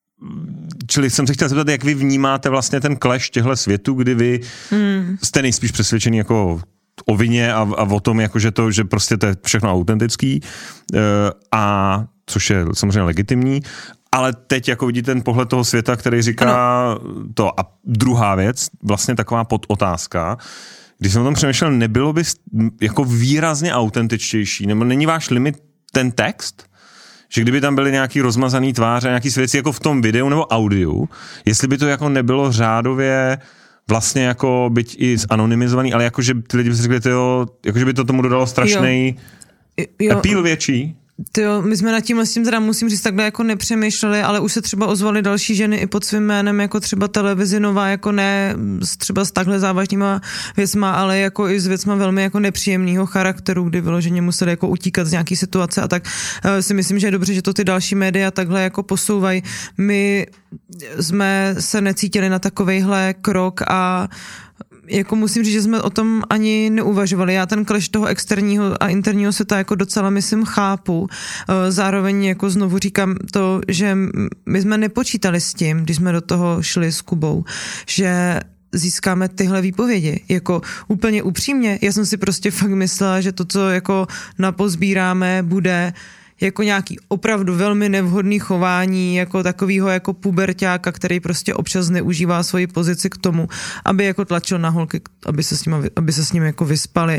čili jsem se chtěl zeptat, jak vy vnímáte vlastně ten clash těchto světů, kdy vy hmm. jste nejspíš přesvědčený jako o vině a, a o tom, jako že to, že prostě to je všechno autentický uh, a což je samozřejmě legitimní, ale teď jako vidíte ten pohled toho světa, který říká ano. to. A druhá věc, vlastně taková podotázka, když jsem o tom přemýšlel, nebylo by jako výrazně autentičtější, nebo není váš limit ten text? Že kdyby tam byly nějaký rozmazaný tváře, nějaký věci jako v tom videu nebo audiu, jestli by to jako nebylo řádově vlastně jako byť i zanonymizovaný, ale jako, že ty lidi by si řekli, tyjo, jako, že by to tomu dodalo strašný appeal větší. Tyjo, my jsme nad tím s tím teda musím říct takhle jako nepřemýšleli, ale už se třeba ozvaly další ženy i pod svým jménem, jako třeba televizi Nová, jako ne třeba s takhle závažnýma věcma, ale jako i s věcma velmi jako nepříjemného charakteru, kdy vyloženě museli jako utíkat z nějaký situace a tak uh, si myslím, že je dobře, že to ty další média takhle jako posouvají. My jsme se necítili na takovejhle krok a jako musím říct, že jsme o tom ani neuvažovali. Já ten clash toho externího a interního světa jako docela myslím chápu. Zároveň jako znovu říkám to, že my jsme nepočítali s tím, když jsme do toho šli s Kubou, že získáme tyhle výpovědi. Jako úplně upřímně, já jsem si prostě fakt myslela, že to, co jako napozbíráme, bude jako nějaký opravdu velmi nevhodný chování, jako takovýho jako puberťáka, který prostě občas neužívá svoji pozici k tomu, aby jako tlačil na holky, aby se s nimi, aby se s nimi jako vyspali.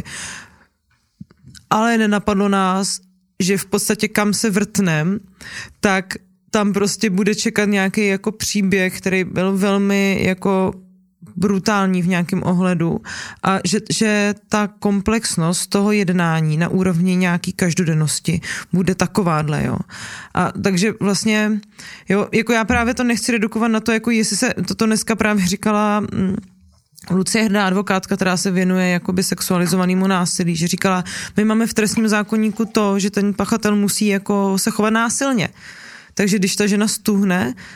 Ale nenapadlo nás, že v podstatě kam se vrtnem, tak tam prostě bude čekat nějaký jako příběh, který byl velmi jako brutální v nějakém ohledu a že, že ta komplexnost toho jednání na úrovni nějaký každodennosti bude takováhle, jo. A takže vlastně, jo, jako já právě to nechci redukovat na to, jako jestli se, toto dneska právě říkala mm, Lucie Hrdá, advokátka, která se věnuje jakoby sexualizovanému násilí, že říkala, my máme v trestním zákoníku to, že ten pachatel musí jako se chovat násilně. Takže když ta žena stuhne,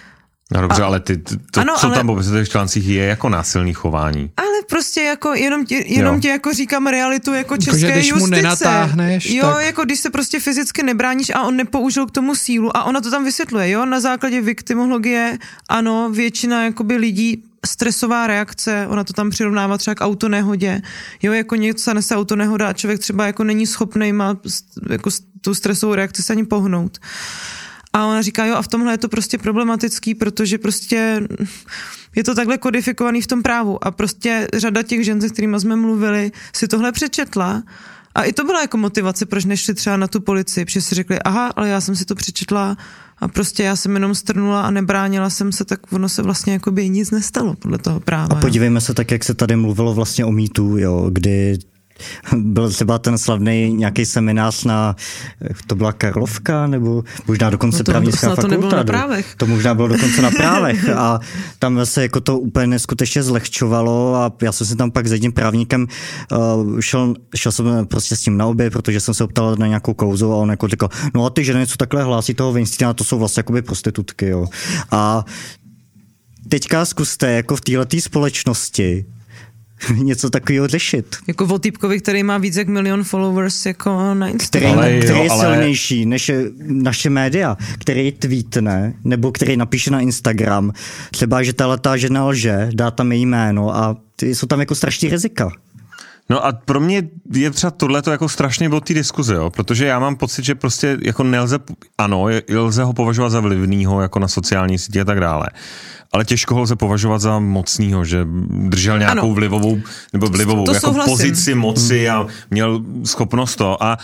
No dobře, a, ale ty, to, ano, co ale, tam v těch článcích je jako násilný chování. Ale prostě jako jenom ti, jenom ti jako říkám realitu jako české jako, když justice. Mu nenatáhneš, jo, tak... jako když se prostě fyzicky nebráníš a on nepoužil k tomu sílu a ona to tam vysvětluje, jo, na základě viktimologie, ano, většina jakoby lidí stresová reakce, ona to tam přirovnává třeba k autonehodě, jo, jako něco nese autonehoda a člověk třeba jako není schopný má jako tu stresovou reakci se ani pohnout. A ona říká, jo, a v tomhle je to prostě problematický, protože prostě je to takhle kodifikovaný v tom právu a prostě řada těch žen, se kterými jsme mluvili, si tohle přečetla a i to byla jako motivace, proč nešli třeba na tu policii, protože si řekli, aha, ale já jsem si to přečetla a prostě já jsem jenom strnula a nebránila jsem se, tak ono se vlastně jako by nic nestalo podle toho práva. A podívejme jo. se tak, jak se tady mluvilo vlastně o mýtu, jo, kdy byl třeba ten slavný nějaký seminář na, to byla Karlovka, nebo možná dokonce no právnická fakulta. To nebylo na právech. To možná bylo dokonce na právech a tam se jako to úplně neskutečně zlehčovalo a já jsem si tam pak s jedním právníkem uh, šel, šel jsem prostě s tím na oběd, protože jsem se optal na nějakou kauzu a on jako říkal, no a ty ženy, co takhle hlásí toho Weinsteina, to jsou vlastně jakoby prostitutky, jo. A teďka zkuste jako v téhletý společnosti něco takového řešit. Jako o týpkovi, který má víc jak milion followers jako na Instagramu. Který, ale který jo, je ale... silnější než naše média, který tweetne, nebo který napíše na Instagram, třeba, že tato žena lže, dá tam její jméno a ty jsou tam jako strašný rizika. No a pro mě je třeba tohleto jako strašně bod té diskuze, jo? Protože já mám pocit, že prostě jako nelze, ano, je, lze ho považovat za vlivnýho jako na sociální sítě a tak dále. Ale těžko ho lze považovat za mocnýho, že držel nějakou ano. vlivovou, nebo vlivovou to jako souhlasím. pozici moci a měl schopnost to a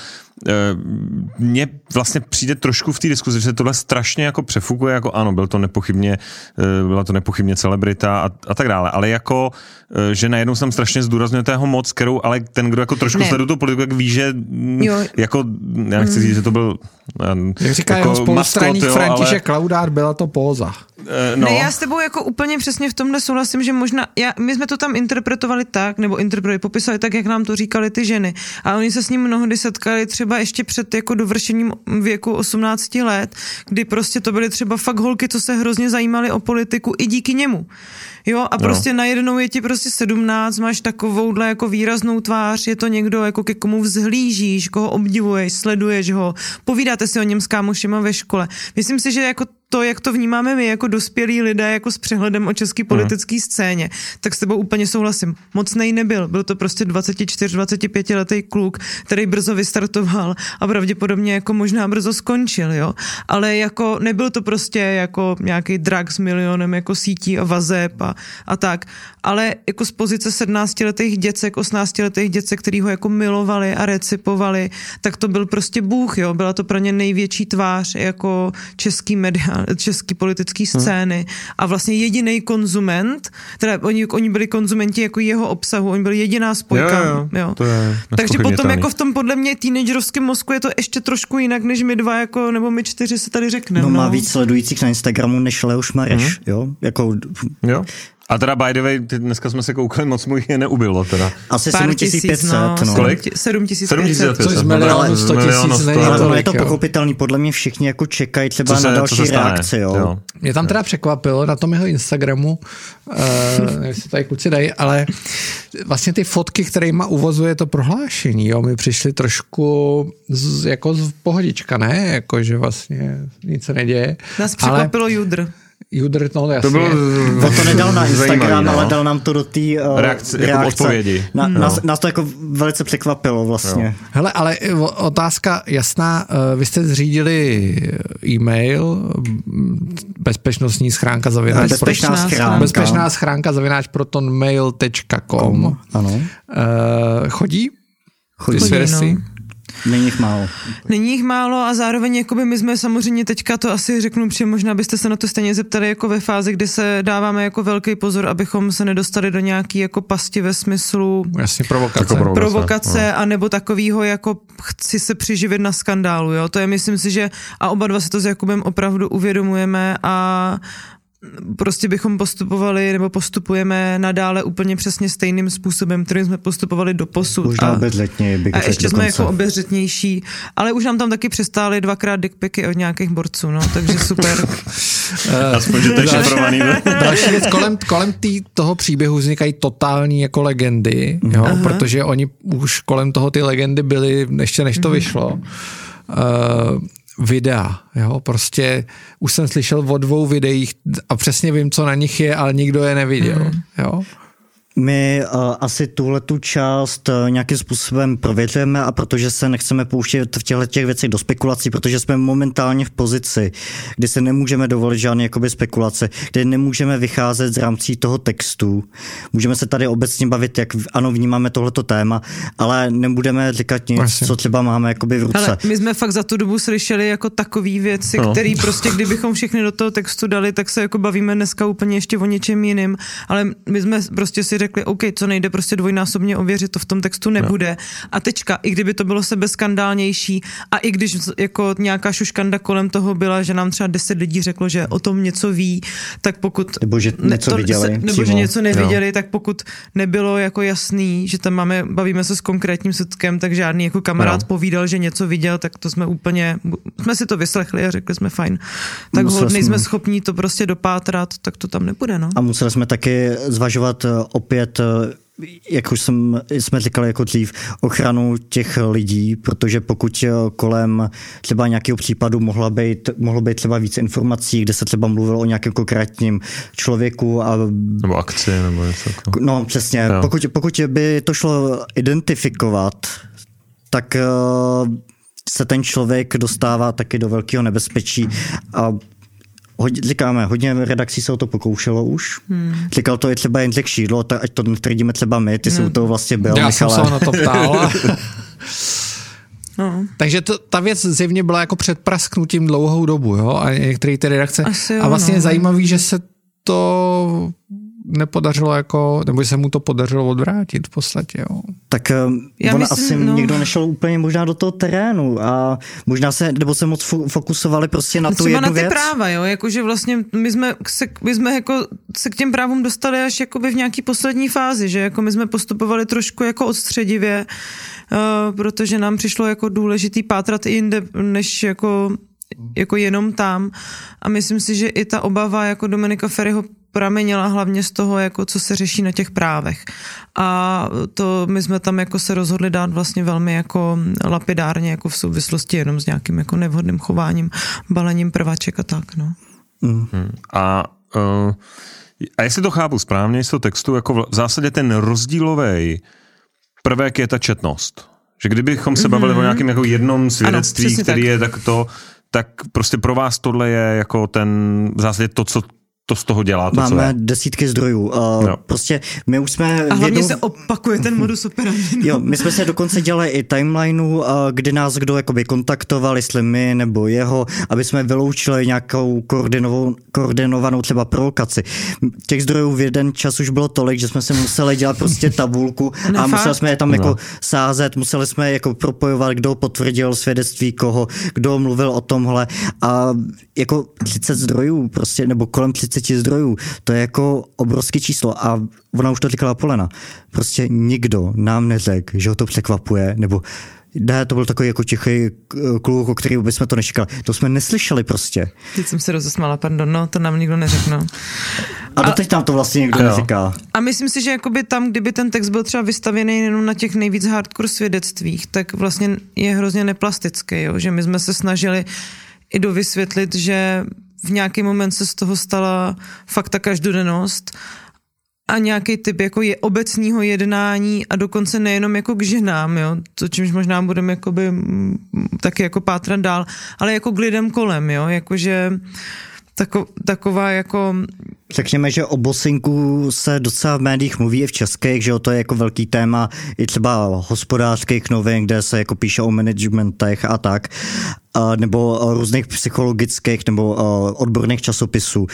mně vlastně přijde trošku v té diskuzi, že tohle strašně jako přefukuje, jako ano, byl to nepochybně, byla to nepochybně celebrita a, a tak dále, ale jako, že najednou jsem strašně zdůrazňuje tého moc, kterou, ale ten, kdo jako trošku sleduje tu politiku, jak ví, že jo. jako, já nechci říct, že to byl jak říká jako jeho spolustraník František ale... Laudát, byla to póza. No. Ne, já s tebou jako úplně přesně v tomhle souhlasím, že možná, já, my jsme to tam interpretovali tak, nebo interpretovali, popisovali tak, jak nám to říkali ty ženy. A oni se s ním mnohdy setkali třeba ještě před jako dovršením věku osmnácti let, kdy prostě to byly třeba fakt holky, co se hrozně zajímaly o politiku i díky němu. Jo, a prostě no. najednou je ti prostě sedmnáct, máš takovouhle jako výraznou tvář, je to někdo, jako ke komu vzhlížíš, koho obdivuješ, sleduješ ho, povídáte si o něm s kámošima ve škole. Myslím si, že jako to, jak to vnímáme my jako dospělí lidé, jako s přehledem o české politické scéně, tak s tebou úplně souhlasím. Mocnej nebyl, byl to prostě dvacet čtyři dvacet pět letý kluk, který brzo vystartoval a pravděpodobně jako možná brzo skončil, jo. Ale jako nebyl to prostě jako nějaký drak s milionem jako sítí a vazeb a, a tak. Ale jako z pozice sedmnáctiletých děcek, osmnáctiletých děcek, který ho jako milovali a recipovali, tak to byl prostě bůh, jo. Byla to pro ně největší tvář jako český media, český politický scény hmm. a vlastně jediný konzument, teda oni, oni byli konzumenti jako jeho obsahu, oni byli jediná spojka. Jo, jo, jo. To je takže potom jako v tom podle mě teenagerovském mozku je to ještě trošku jinak, než my dva jako, nebo my čtyři se tady řekneme. No, no. má víc sledujících na Instagramu než Leoš Mareš, hmm. jo? Jako... Jo. A teda by the way, dneska jsme se koukali, moc mu jich je neubylo teda. Asi sedm tisíc pět set, no. no. Kolik? sedm tisíc pět set. Což z milionu sto tisíc není ale tolik, je to jo. pochopitelný, podle mě všichni jako čekají třeba se, na další reakci, jo. jo. Mě tam teda překvapilo na tom jeho Instagramu, uh, nevím, jestli tady kluci dají, ale vlastně ty fotky, kterýma uvozuje to prohlášení, jo, mi přišly trošku z, jako z pohodička, ne? Jako, že vlastně nic se neděje. Nás překvapilo ale... Judr. Judr, no jasně. To bylo on to nedal na Instagram, zajímavý, no. ale dal nám to do té uh, reakce, reakce. jako odpovědi. Na, no. nás, nás to jako velice překvapilo vlastně. Jo. Hele, ale otázka jasná, vy jste zřídili e-mail, bezpečnostní schránka zavináč. Bezpečná schránka. Bezpečná schránka zavináč protonmail tečka com. Ano. Uh, chodí? Chodí, Chodí no. Není jich málo. Není jich málo a zároveň jakoby my jsme samozřejmě teďka to asi řeknu, protože možná byste se na to stejně zeptali jako ve fázi, kdy se dáváme jako velký pozor, abychom se nedostali do nějaký jako pasti ve smyslu jasně provokace, jako provokace, provokace no. a nebo takovýho jako chci se přiživit na skandálu, jo. To je myslím si, že a oba dva si to s Jakubem opravdu uvědomujeme a prostě bychom postupovali nebo postupujeme nadále úplně přesně stejným způsobem, kterým jsme postupovali doposud. Možná obezřetně. A ještě jsme jako obezřetnější, ale už nám tam taky přestály dvakrát dickpiky od nějakých borců, no, takže super. uh, Aspoň, že to je šifrovaný. Další věc, kolem, kolem tý, toho příběhu vznikají totální jako legendy, jo, protože oni už kolem toho ty legendy byly, ještě než to vyšlo. Uh, videa, jo, prostě už jsem slyšel o dvou videích a přesně vím, co na nich je, ale nikdo je neviděl, jo. My uh, asi tuhletu část uh, nějakým způsobem prověřujeme a protože se nechceme pouštět v těchto těch věcech do spekulací, protože jsme momentálně v pozici, kdy se nemůžeme dovolit žádné jakoby spekulace, kde nemůžeme vycházet z rámcí toho textu. Můžeme se tady obecně bavit, jak ano, vnímáme tohleto téma, ale nebudeme říkat nic, Asi. co třeba máme jakoby v ruce. Ale my jsme fakt za tu dobu slyšeli jako takový věci, no. který prostě, kdybychom všechny do toho textu dali, tak se jako bavíme dneska úplně ještě o něčem jiným, ale my jsme prostě si řekli, OK, co nejde prostě dvojnásobně ověřit, to v tom textu nebude. No. A tečka, i kdyby to bylo sebeskandálnější a i když jako nějaká šuškanda kolem toho byla, že nám třeba deset lidí řeklo, že o tom něco ví, tak pokud... Nebo že něco to, viděli. Se, nebo že něco neviděli, no. tak pokud nebylo jako jasný, že tam máme, bavíme se s konkrétním svědkem, tak žádný jako kamarád no. povídal, že něco viděl, tak to jsme úplně, jsme si to vyslechli a řekli jsme fajn. Tak hodně nejsme schopní to prostě dopátrat, tak to tam nebude, no. A museli jsme taky zvažovat opět, jak už jsem, jsme říkali jako dřív, ochranu těch lidí, protože pokud kolem třeba nějakého případu mohla být, mohlo být třeba víc informací, kde se třeba mluvilo o nějakém konkrétním člověku. A, nebo akci, nebo něco. No přesně, pokud, pokud by to šlo identifikovat, tak se ten člověk dostává taky do velkého nebezpečí a Hodně, říkáme, hodně redakcí se o to pokoušelo už. Hmm. Říkal to je třeba Jindřich Šídlo, tak ať to netvrdíme třeba my, ty hmm. jsi u toho vlastně byl. Já Michale. jsem se na to ptal. no. Takže to, ta věc zjevně byla jako před prasknutím dlouhou dobu, jo? A některé ty redakce. Jo, a vlastně no. je zajímavý, že se to nepodařilo jako, nebo se mu to podařilo odvrátit v podstatě, jo. Tak Já on myslím, asi no. někdo nešel úplně možná do toho terénu a možná se, nebo se moc fokusovali prostě na tu Třeba jednu na ty věc. práva, jo, jakože vlastně my jsme, se, my jsme jako se k těm právům dostali až jakoby v nějaký poslední fázi, že jako my jsme postupovali trošku jako odstředivě, uh, protože nám přišlo jako důležitý pátrat i jinde, než jako jako jenom tam a myslím si, že i ta obava jako Dominika Feriho pramenila hlavně z toho, jako co se řeší na těch právech. A to my jsme tam jako se rozhodli dát vlastně velmi jako lapidárně, jako v souvislosti jenom s nějakým jako nevhodným chováním, balením prvaček a tak, no. Mm. A, uh, a jestli to chápu správně z toho textu, jako v zásadě ten rozdílový prvek je ta četnost. Že kdybychom se bavili mm-hmm. o nějakém jako jednom svědectví, ano, který tak. je tak to, tak prostě pro vás tohle je jako ten v zásadě to, co to z toho dělá, to, Máme co je. desítky zdrojů. Uh, no. Prostě my už jsme... A hlavně jednou... se opakuje ten modus operandi. No. Jo, my jsme se dokonce dělali i timelineu, uh, kdy nás kdo jakoby kontaktoval, jestli my nebo jeho, aby jsme vyloučili nějakou koordinovanou třeba provokaci. Těch zdrojů v jeden čas už bylo tolik, že jsme se museli dělat prostě tabulku a no, museli jsme je tam no. jako sázet, museli jsme jako propojovat, kdo potvrdil svědectví koho, kdo mluvil o tomhle a jako třicet zdrojů prostě, nebo kolem třicet zdrojů, to je jako obrovské číslo a ona už to říkala Polena. Prostě nikdo nám neřekl, že ho to překvapuje, nebo ne, to byl takový jako tichý kluk, o který bychom to nečekali. To jsme neslyšeli prostě. Teď jsem se rozesmála, pardon, no, to nám nikdo neřekl. A doteď nám to vlastně nikdo neříká. A myslím si, že jakoby tam, kdyby ten text byl třeba vystavěný jenom na těch nejvíc hardcore svědectvích, tak vlastně je hrozně neplastický, jo? Že my jsme se snažili i dovysvětlit, že v nějaký moment se z toho stala fakt ta každodennost a nějaký typ jako je obecního jednání a dokonce nejenom jako k ženám, jo, to čímž možná budeme jakoby taky jako pátrat dál, ale jako k lidem kolem, jo, jakože tako, taková jako... Řekněme, že o bossinku se docela v médiích mluví i v českých, že to je jako velký téma i třeba hospodářských novin, kde se jako píše o managementech a tak, nebo o různých psychologických nebo odborných časopisů,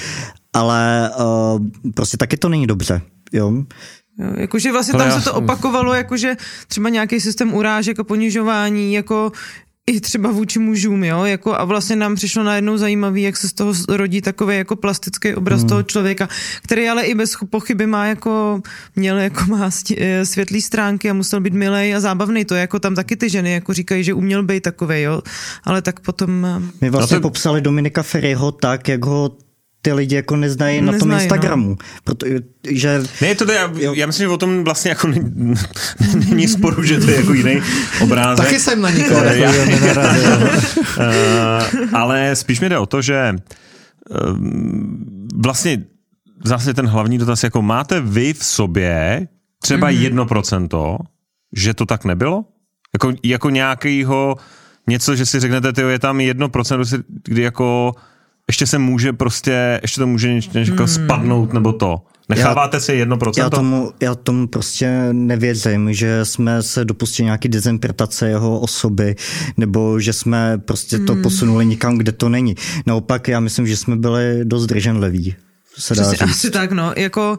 ale prostě taky to není dobře, jo. Jo, jakože vlastně tam se to opakovalo, jakože třeba nějaký systém urážek a ponižování, jako i třeba vůči mužům, jo, jako a vlastně nám přišlo najednou zajímavý, jak se z toho rodí takový jako plastický obraz hmm. toho člověka, který ale i bez pochyby má jako, měl jako má světlý stránky a musel být milej a zábavný, to jako tam taky ty ženy jako říkají, že uměl být takovej, jo, ale tak potom... My vlastně no to... popsali Dominika Feriho tak, jak ho ty lidi jako neznají, neznají na tom Instagramu. No. Protože, ne, to já, já myslím, že o tom vlastně jako není sporu, že to je jako jiný obrázek. Taky jsem na někoho takového nenarazil. Ale spíš mi jde o to, že vlastně zase ten hlavní dotaz, jako máte vy v sobě třeba mm-hmm. jedno procento, že to tak nebylo? Jako, jako nějakýho něco, že si řeknete, tyjo, je tam jedno procento, kdy jako ještě se může prostě, ještě to může něco jako spadnout nebo to. Necháváte já, si jedno procento? Já tomu, já tomu prostě nevěřím, že jsme se dopustili nějaký dezinterpretace jeho osoby, nebo že jsme prostě to hmm. posunuli nikam, kde to není. Naopak já myslím, že jsme byli dost drženliví. Se dá říct. Asi tak, no. Jako,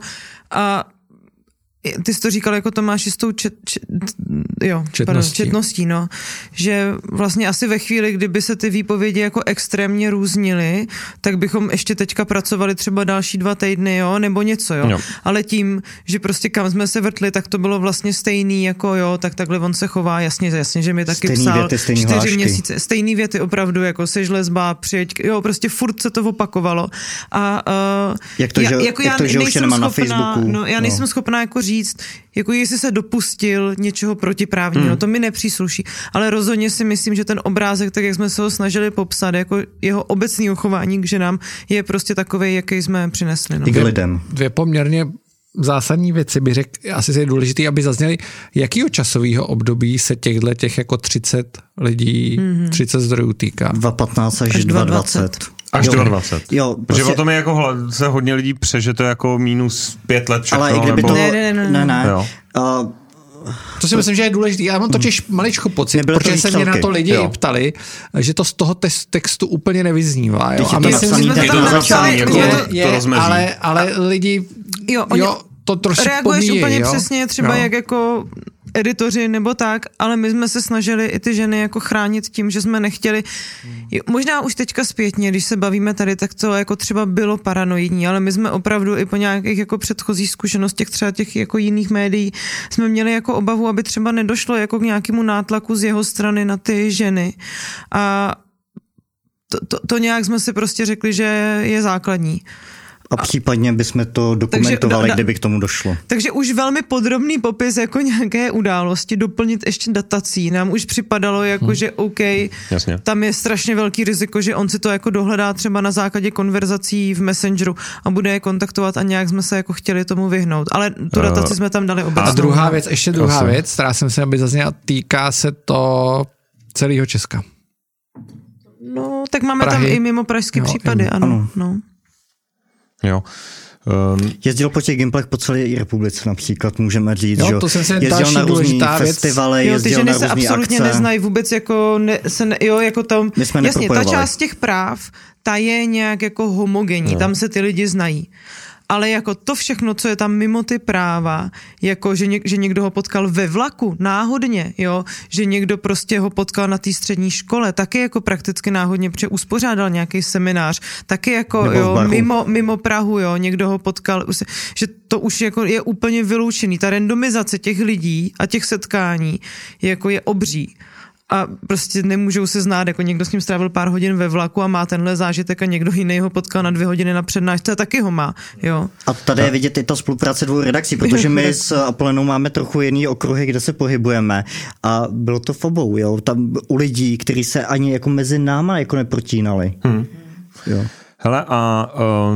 a ty jsi to říkal jako Tomáši s tou čet, čet, jo, četností. Pardon, četností, no, že vlastně asi ve chvíli, kdyby se ty výpovědi jako extrémně různily, tak bychom ještě teďka pracovali třeba další dva týdny, jo, nebo něco, jo. jo. Ale tím, že prostě kam jsme se vrtli, tak to bylo vlastně stejný, jako jo, tak takhle on se chová, jasně, jasně, že mi taky stejný psal věty, čtyři hlášky. Měsíce, stejný věty opravdu, jako seš lesba, přijeď, jo, prostě furt se to opakovalo. A uh, jak to, já, že, jako jak já to, že už je nemá na Facebooku. No, já nejsem no. schopná jako říct, říct, jako jestli se dopustil něčeho protiprávního, hmm. to mi nepřísluší, ale rozhodně si myslím, že ten obrázek, tak jak jsme se ho snažili popsat, jako jeho obecný chování k ženám, je prostě takovej, jaký jsme přinesli. No. I k lidem. Dvě poměrně zásadní věci bych řekl, asi je důležité, aby zazněly, jakýho časového období se těchto těch jako třicet lidí, mm-hmm. třicet zdrojů týká. dva patnáct až dva dvacet. Až dvacet. Jo, prostě... Že o tom je jako se hodně lidí pře, že to je jako minus pět let všechno. Ale i kdyby nebo... to... Ne, ne, ne. ne, ne. Jo. Uh, to si myslím, že je důležité. Já mám totiž maličko pocit, Nebylo protože se mě na to lidi jo. ptali, že to z toho textu úplně nevyznívá. Jo? A myslím, že je to napsaný, jako je, je, to rozmezí. Ale, ale lidi jo, jo, to trošku reaguješ pomíjí, úplně jo? přesně třeba jo. jak jako editoři nebo tak, ale my jsme se snažili i ty ženy jako chránit tím, že jsme nechtěli, možná už teďka zpětně, když se bavíme tady, tak to jako třeba bylo paranoidní, ale my jsme opravdu i po nějakých jako předchozích zkušenostech třeba těch jako jiných médií jsme měli jako obavu, aby třeba nedošlo jako k nějakému nátlaku z jeho strany na ty ženy a to, to, to nějak jsme si prostě řekli, že je základní. A případně bychom to dokumentovali, takže, kdyby k tomu došlo. Takže už velmi podrobný popis jako nějaké události, doplnit ještě datací. Nám už připadalo jako, hmm. že OK, jasně. Tam je strašně velký riziko, že on si to jako dohledá třeba na základě konverzací v Messengeru a bude je kontaktovat a nějak jsme se jako chtěli tomu vyhnout. Ale tu dataci uh, jsme tam dali obecnou. A druhá věc, ještě druhá Asi. věc, která jsem se aby zazněla, týká se to celého Česka. No, tak máme Prahy. tam i mimo pražské jo, případy, ano. ano. No. Jo. Um, Jezdil po těch gimplech po celé republice například, můžeme říct, jo, že to jsem si jezdil na různý festivaly, jo, jezdil na různý akce. Jo, ty ženy se absolutně neznají vůbec jako, ne, se ne, jo, jako tam, jasně, ta část těch práv, ta je nějak jako homogenní, no. Tam se ty lidi znají. Ale jako to všechno, co je tam mimo ty práva, jako že, něk, že někdo ho potkal ve vlaku náhodně, jo, že někdo prostě ho potkal na té střední škole, taky jako prakticky náhodně, protože uspořádal nějaký seminář, taky jako jo, mimo, mimo Prahu, jo, někdo ho potkal, že to už jako je úplně vyloučený. Ta randomizace těch lidí a těch setkání jako je obří. A prostě nemůžou se znát, jako někdo s ním strávil pár hodin ve vlaku a má tenhle zážitek a někdo jiný ho potkal na dvě hodiny na přednášce a taky ho má, jo. A tady je vidět i ta spolupráce dvou redakcí, protože my s Apolenou máme trochu jiný okruhy, kde se pohybujeme a bylo to v obou, jo, tam u lidí, kteří se ani jako mezi náma jako neprotínali. Hmm. Jo. Hele a uh,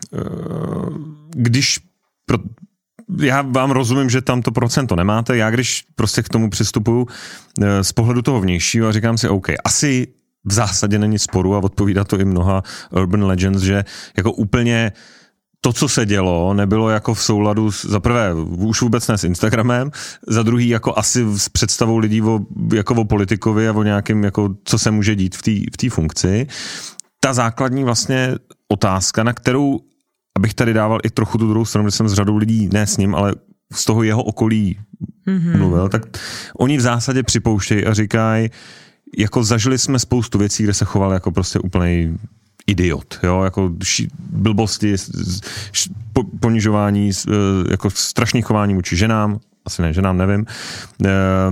uh, když pro, já vám rozumím, že tam to procento nemáte, já když prostě k tomu přistupuju z pohledu toho vnějšího a říkám si, OK, asi v zásadě není sporu a odpovídá to i mnoha urban legends, že jako úplně to, co se dělo, nebylo jako v souladu s, za prvé už vůbec ne s Instagramem, za druhý jako asi s představou lidí o, jako o politikovi a o nějakým, jako, co se může dít v té v té funkci. Ta základní vlastně otázka, na kterou abych tady dával i trochu tu druhou stranu, kde jsem s řadou lidí, ne s ním, ale z toho jeho okolí mm-hmm. mluvil, tak oni v zásadě připouštějí a říkají, jako zažili jsme spoustu věcí, kde se choval jako prostě úplnej idiot, jo, jako ši, blbosti, š, po, ponižování, jako strašný chování vůči ženám, asi ne, ženám, nevím, e,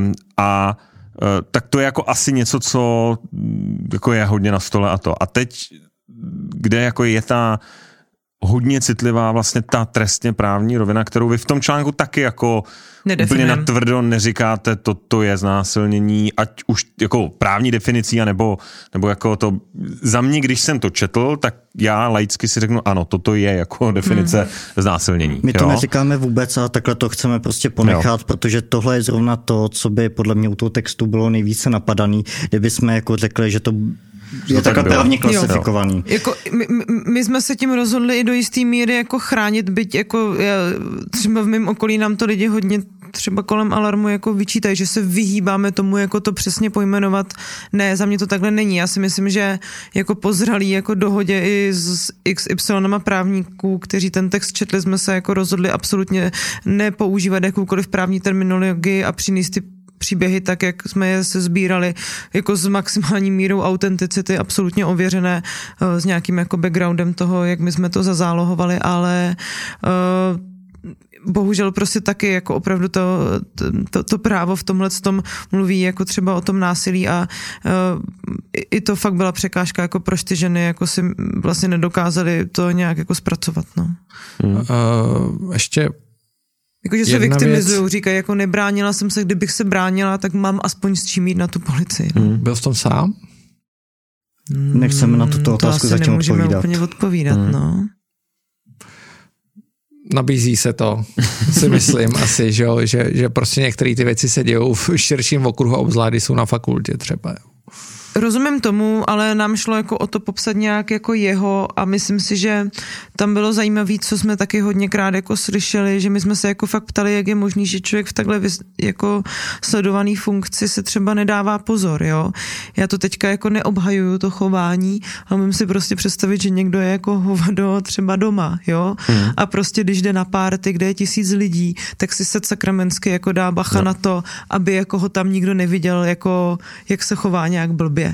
a e, tak to je jako asi něco, co jako je hodně na stole a to. A teď, kde jako je ta hodně citlivá vlastně ta trestně právní rovina, kterou vy v tom článku taky jako úplně natvrdo neříkáte, toto je znásilnění, ať už jako právní definicí, anebo, nebo jako to, za mě, když jsem to četl, tak já laicky si řeknu, ano, toto je jako definice hmm. znásilnění. My to jo? neříkáme vůbec a takhle to chceme prostě ponechat, jo. protože tohle je zrovna to, co by podle mě u toho textu bylo nejvíce napadaný, kdyby jsme jako řekli, že to je to takhle právně klasifikovaný. Jo. Jako, my, my jsme se tím rozhodli i do jistý míry jako chránit, byť jako já, třeba v mém okolí nám to lidi hodně třeba kolem alarmu jako vyčítají, že se vyhýbáme tomu jako to přesně pojmenovat. Ne, za mě to takhle není. Já si myslím, že jako pozralí jako dohodě i s iks ypsilon právníků, kteří ten text četli, jsme se jako rozhodli absolutně nepoužívat jakoukoliv právní terminologii a přinést ty příběhy tak, jak jsme je se sbírali jako s maximální mírou autenticity, absolutně ověřené uh, s nějakým jako backgroundem toho, jak my jsme to zazálohovali, ale uh, bohužel prostě taky jako opravdu to, to, to právo v tomhle tom mluví jako třeba o tom násilí a uh, i to fakt byla překážka, jako proč ty ženy jako si vlastně nedokázali to nějak jako zpracovat. No. Hmm. Uh, ještě Jakože se viktimizují, říkají, jako nebránila jsem se, kdybych se bránila, tak mám aspoň s čím jít na tu policii. No. Hmm. Byl v tom sám? Nechceme na tuto otázku zatím odpovídat. To asi nemůžeme úplně odpovídat, hmm. no. Nabízí se to, si myslím asi, že, že, že prostě některé ty věci se dějou v širším okruhu, obzvlášť jsou na fakultě třeba. Jo. Rozumím tomu, ale nám šlo jako o to popsat nějak jako jeho a myslím si, že tam bylo zajímavé, co jsme taky hodněkrát jako slyšeli, že my jsme se jako fakt ptali, jak je možný, že člověk v takhle jako sledovaný funkci se třeba nedává pozor, jo. Já to teďka jako neobhajuju to chování, ale můžu si prostě představit, že někdo je jako hovado třeba doma, jo. Hmm. A prostě když jde na párty, kde je tisíc lidí, tak si se sakramensky jako dá bacha no. na to, aby jako ho tam nikdo neviděl, jako jak se chová nějak blbě.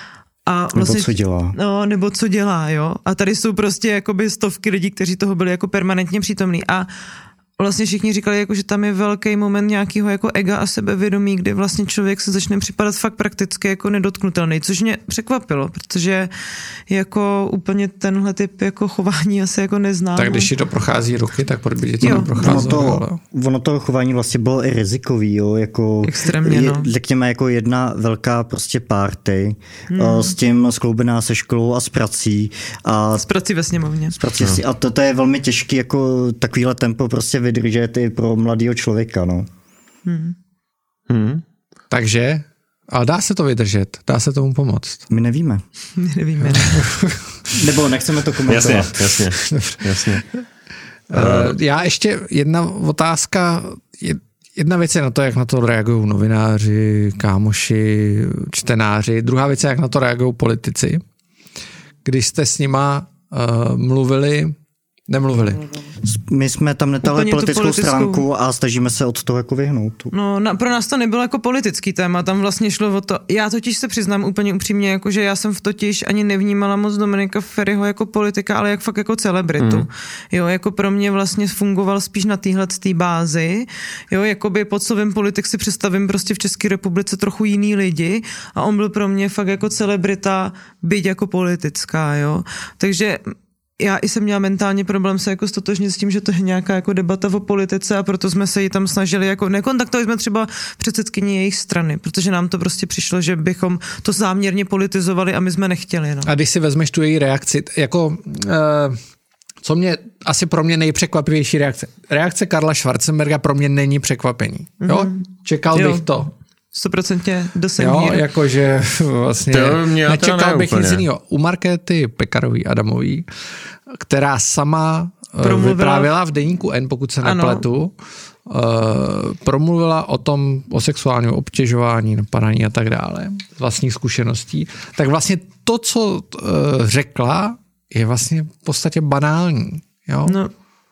A vlastně, nebo co dělá. No, nebo co dělá, jo. A tady jsou prostě jakoby stovky lidí, kteří toho byli jako permanentně přítomní. A vlastně všichni říkali, jako, že tam je velký moment nějakého jako ega a sebevědomí, kdy vlastně člověk se začne připadat fakt prakticky jako nedotknutelný, což mě překvapilo, protože jako úplně tenhle typ jako chování asi jako neznám. Tak když ti to prochází ruky, tak proč by ti to jo. neprocházelo? Ono to, ono to chování vlastně bylo i rizikový, jo, jako extrémně, no. Řekněme jako jedna velká prostě party, hmm. s tím skloubená se školou a s prací. A s prací ve sněmovně. S prací no. A to, to je velmi těžký jako takovýhle tempo prostě vydržet i pro mladýho člověka, no. Hmm. Hmm. Takže, ale dá se to vydržet, dá se tomu pomoct. My nevíme. My nevíme. Nebo nechceme to komentovat. Jasně, jasně, jasně. Uh, já ještě jedna otázka, jedna věc je na to, jak na to reagují novináři, kámoši, čtenáři. Druhá věc je, jak na to reagují politici. Když jste s nima uh, mluvili, nemluvili. My jsme tam netali politickou, politickou stránku a snažíme se od toho jako vyhnout. No, na, pro nás to nebylo jako politický téma, tam vlastně šlo o to, já totiž se přiznám úplně upřímně, jako že já jsem v totiž ani nevnímala moc Dominika Feriho jako politika, ale jak fakt jako celebritu. Mm. Jo, jako pro mě vlastně fungoval spíš na téhle bázi, jo, jakoby pod slovem politik si představím prostě v České republice trochu jiný lidi a on byl pro mě fakt jako celebrita, byť jako politická, jo. Takže já i jsem měla mentálně problém se jako stotožnit s tím, že to je nějaká jako debata o politice a proto jsme se jí tam snažili jako nekontaktovali jsme třeba předsedkyni jejich strany, protože nám to prostě přišlo, že bychom to záměrně politizovali a my jsme nechtěli. No. A když si vezmeš tu její reakci, jako uh, co mě, asi pro mě nejpřekvapivější reakce. Reakce Karla Schwarzenberga pro mě není překvapení. Mm-hmm. Jo? Čekal jo. bych to. stoprocentně dosemír. Jo, jakože vlastně nečekal bych nic jiného. U Markéty Pekarový Adamový, která sama promluvila, vyprávěla v deníku N, pokud se nepletu, uh, promluvila o tom, o sexuálním obtěžování, napadání a tak dále, z vlastních zkušeností, tak vlastně to, co uh, řekla, je vlastně v podstatě banální. Jo? No.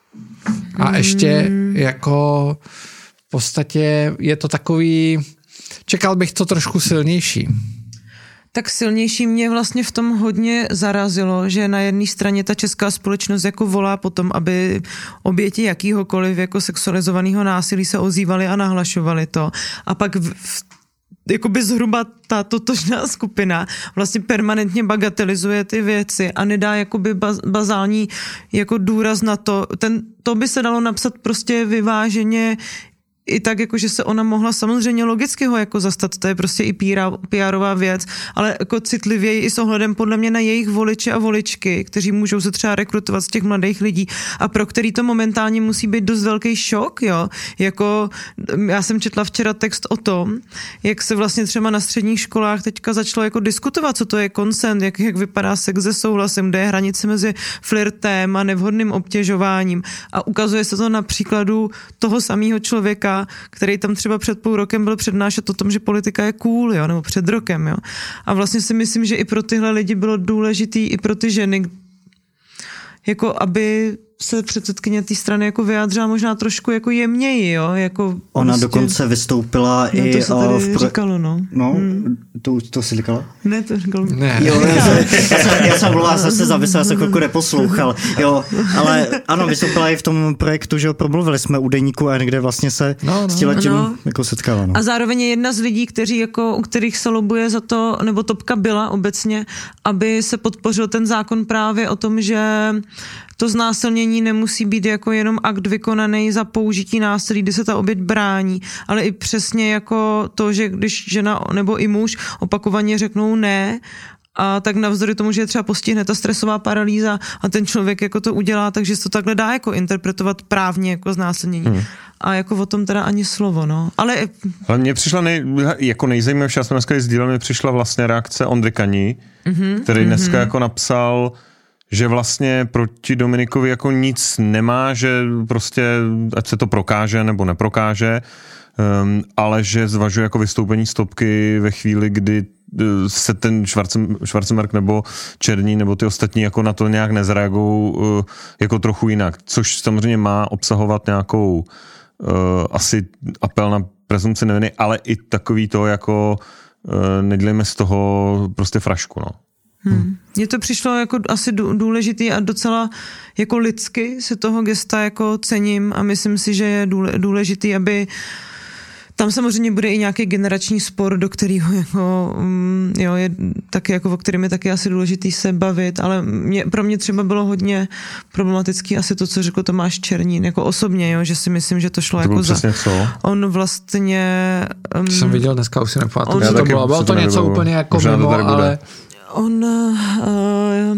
A ještě mm. jako v podstatě je to takový, čekal bych to trošku silnější. Tak silnější mě vlastně v tom hodně zarazilo, že na jedné straně ta česká společnost jako volá potom, aby oběti jakýhokoliv jako sexualizovaného násilí se ozývaly a nahlašovaly to. A pak v, v jakoby zhruba ta totožná skupina vlastně permanentně bagatelizuje ty věci a nedá jakoby baz, bazální jako důraz na to. Ten, to by se dalo napsat prostě vyváženě i tak, jako že se ona mohla samozřejmě logicky ho jako zastat, to je prostě i P R-ová věc, ale jako citlivěji i s ohledem podle mě na jejich voliče a voličky, kteří můžou se třeba rekrutovat z těch mladých lidí a pro který to momentálně musí být dost velký šok, jo, jako já jsem četla včera text o tom, jak se vlastně třeba na středních školách teďka začalo jako diskutovat, co to je consent, jak, jak vypadá sex se souhlasem, kde je hranice mezi flirtem a nevhodným obtěžováním a ukazuje se to na příkladu toho samého člověka, který tam třeba před půl rokem byl přednášet o tom, že politika je cool, jo, nebo před rokem, jo. A vlastně si myslím, že i pro tyhle lidi bylo důležitý, i pro ty ženy, jako aby se předsedkyně té strany jako vyjádřila možná trošku jako jemněji, jo, jako ona prostě... dokonce vystoupila no, i... to se tady v pro... říkalo, no. No, hmm. to, to si říkala? Ne, to říkal. Ne. Jo, já jsem, já jsem, já jsem, já jsem se zavisel, já jsem chvilku neposlouchal, jo, ale ano, vystoupila i v tom projektu, že jo, promluvili jsme u Deníku N, kde vlastně se no, no. s tím no. jako setkala, no. A zároveň je jedna z lidí, kteří jako, u kterých se lobuje za to, nebo topka byla obecně, aby se podpořil ten zákon právě o tom, že to znásilnění nemusí být jako jenom akt vykonaný za použití násilí, kdy se ta oběť brání, ale i přesně jako to, že když žena nebo i muž opakovaně řeknou ne, a tak navzdory tomu, že třeba postihne ta stresová paralýza a ten člověk jako to udělá, takže se to takhle dá jako interpretovat právně jako znásilnění. Hmm. A jako o tom teda ani slovo, no. Ale... Ale mně přišla nej, jako nejzajímavější, já jsem dneska sdílel, mně přišla vlastně reakce Ondry Kani, mm-hmm, který dneska mm-hmm. jako napsal, že vlastně proti Dominikovi jako nic nemá, že prostě ať se to prokáže nebo neprokáže, um, ale že zvažuje jako vystoupení stopky ve chvíli, kdy se ten Schwarzenberg nebo Černý nebo ty ostatní jako na to nějak nezreagují uh, jako trochu jinak, což samozřejmě má obsahovat nějakou uh, asi apel na prezumci neviny, ale i takový to jako uh, nedělejme z toho prostě frašku, no. Hmm. Mně to přišlo jako asi důležitý a docela jako lidsky se toho gesta jako cením a myslím si, že je důležitý, aby tam samozřejmě bude i nějaký generační spor, do kterého jako, um, jo, je taky jako, o kterém je taky asi důležitý se bavit, ale mě, pro mě třeba bylo hodně problematický asi to, co řekl Tomáš Černín, jako osobně, jo, že si myslím, že to šlo to jako za... Co? On vlastně... Um, to jsem viděl dneska, už si nepamatuju, že to bylo, bylo to něco nebylo, úplně jako mimo, ale... On... Uh,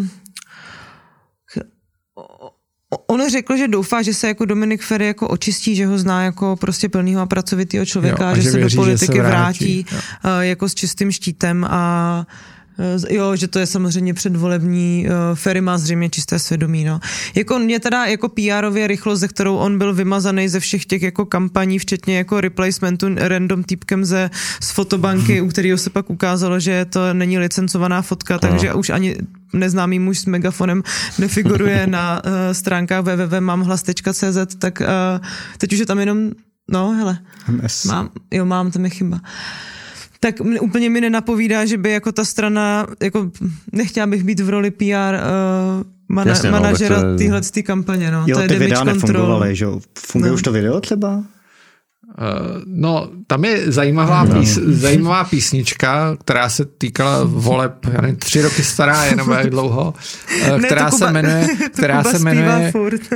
On řekl, že doufá, že se jako Dominik Feri jako očistí, že ho zná jako prostě plnýho a pracovitýho člověka, jo, že, že se věří, do politiky se vrátí, vrátí jako s čistým štítem a jo, že to je samozřejmě předvolební, Feri má zřejmě čisté svědomí, no. Jako mě teda jako P R-ově rychlost, ze kterou on byl vymazaný ze všech těch jako kampaní, včetně jako replacementu random týpkem ze, z fotobanky, u kterého se pak ukázalo, že to není licencovaná fotka, takže no. už ani neznámý muž s megafonem nefiguruje na uh, stránkách w w w tečka mamhlas tečka c z, tak uh, teď už je tam jenom, no hele, mám, jo, mám, tam je chyba. Tak úplně mi nenapovídá, že by jako ta strana, jako nechtěla bych být v roli P R uh, mana, Jasně, manažera no, téhle je... kampaně, no. Jo, to je ty videa nefungovaly, že jo? Funguje no. už to video třeba? Uh, no, tam je zajímavá, pís, zajímavá písnička, která se týkala voleb, já nevím, tři roky stará je, nebo jak dlouho, uh, ne, která Kuba, se jmenuje, která se jmenuje,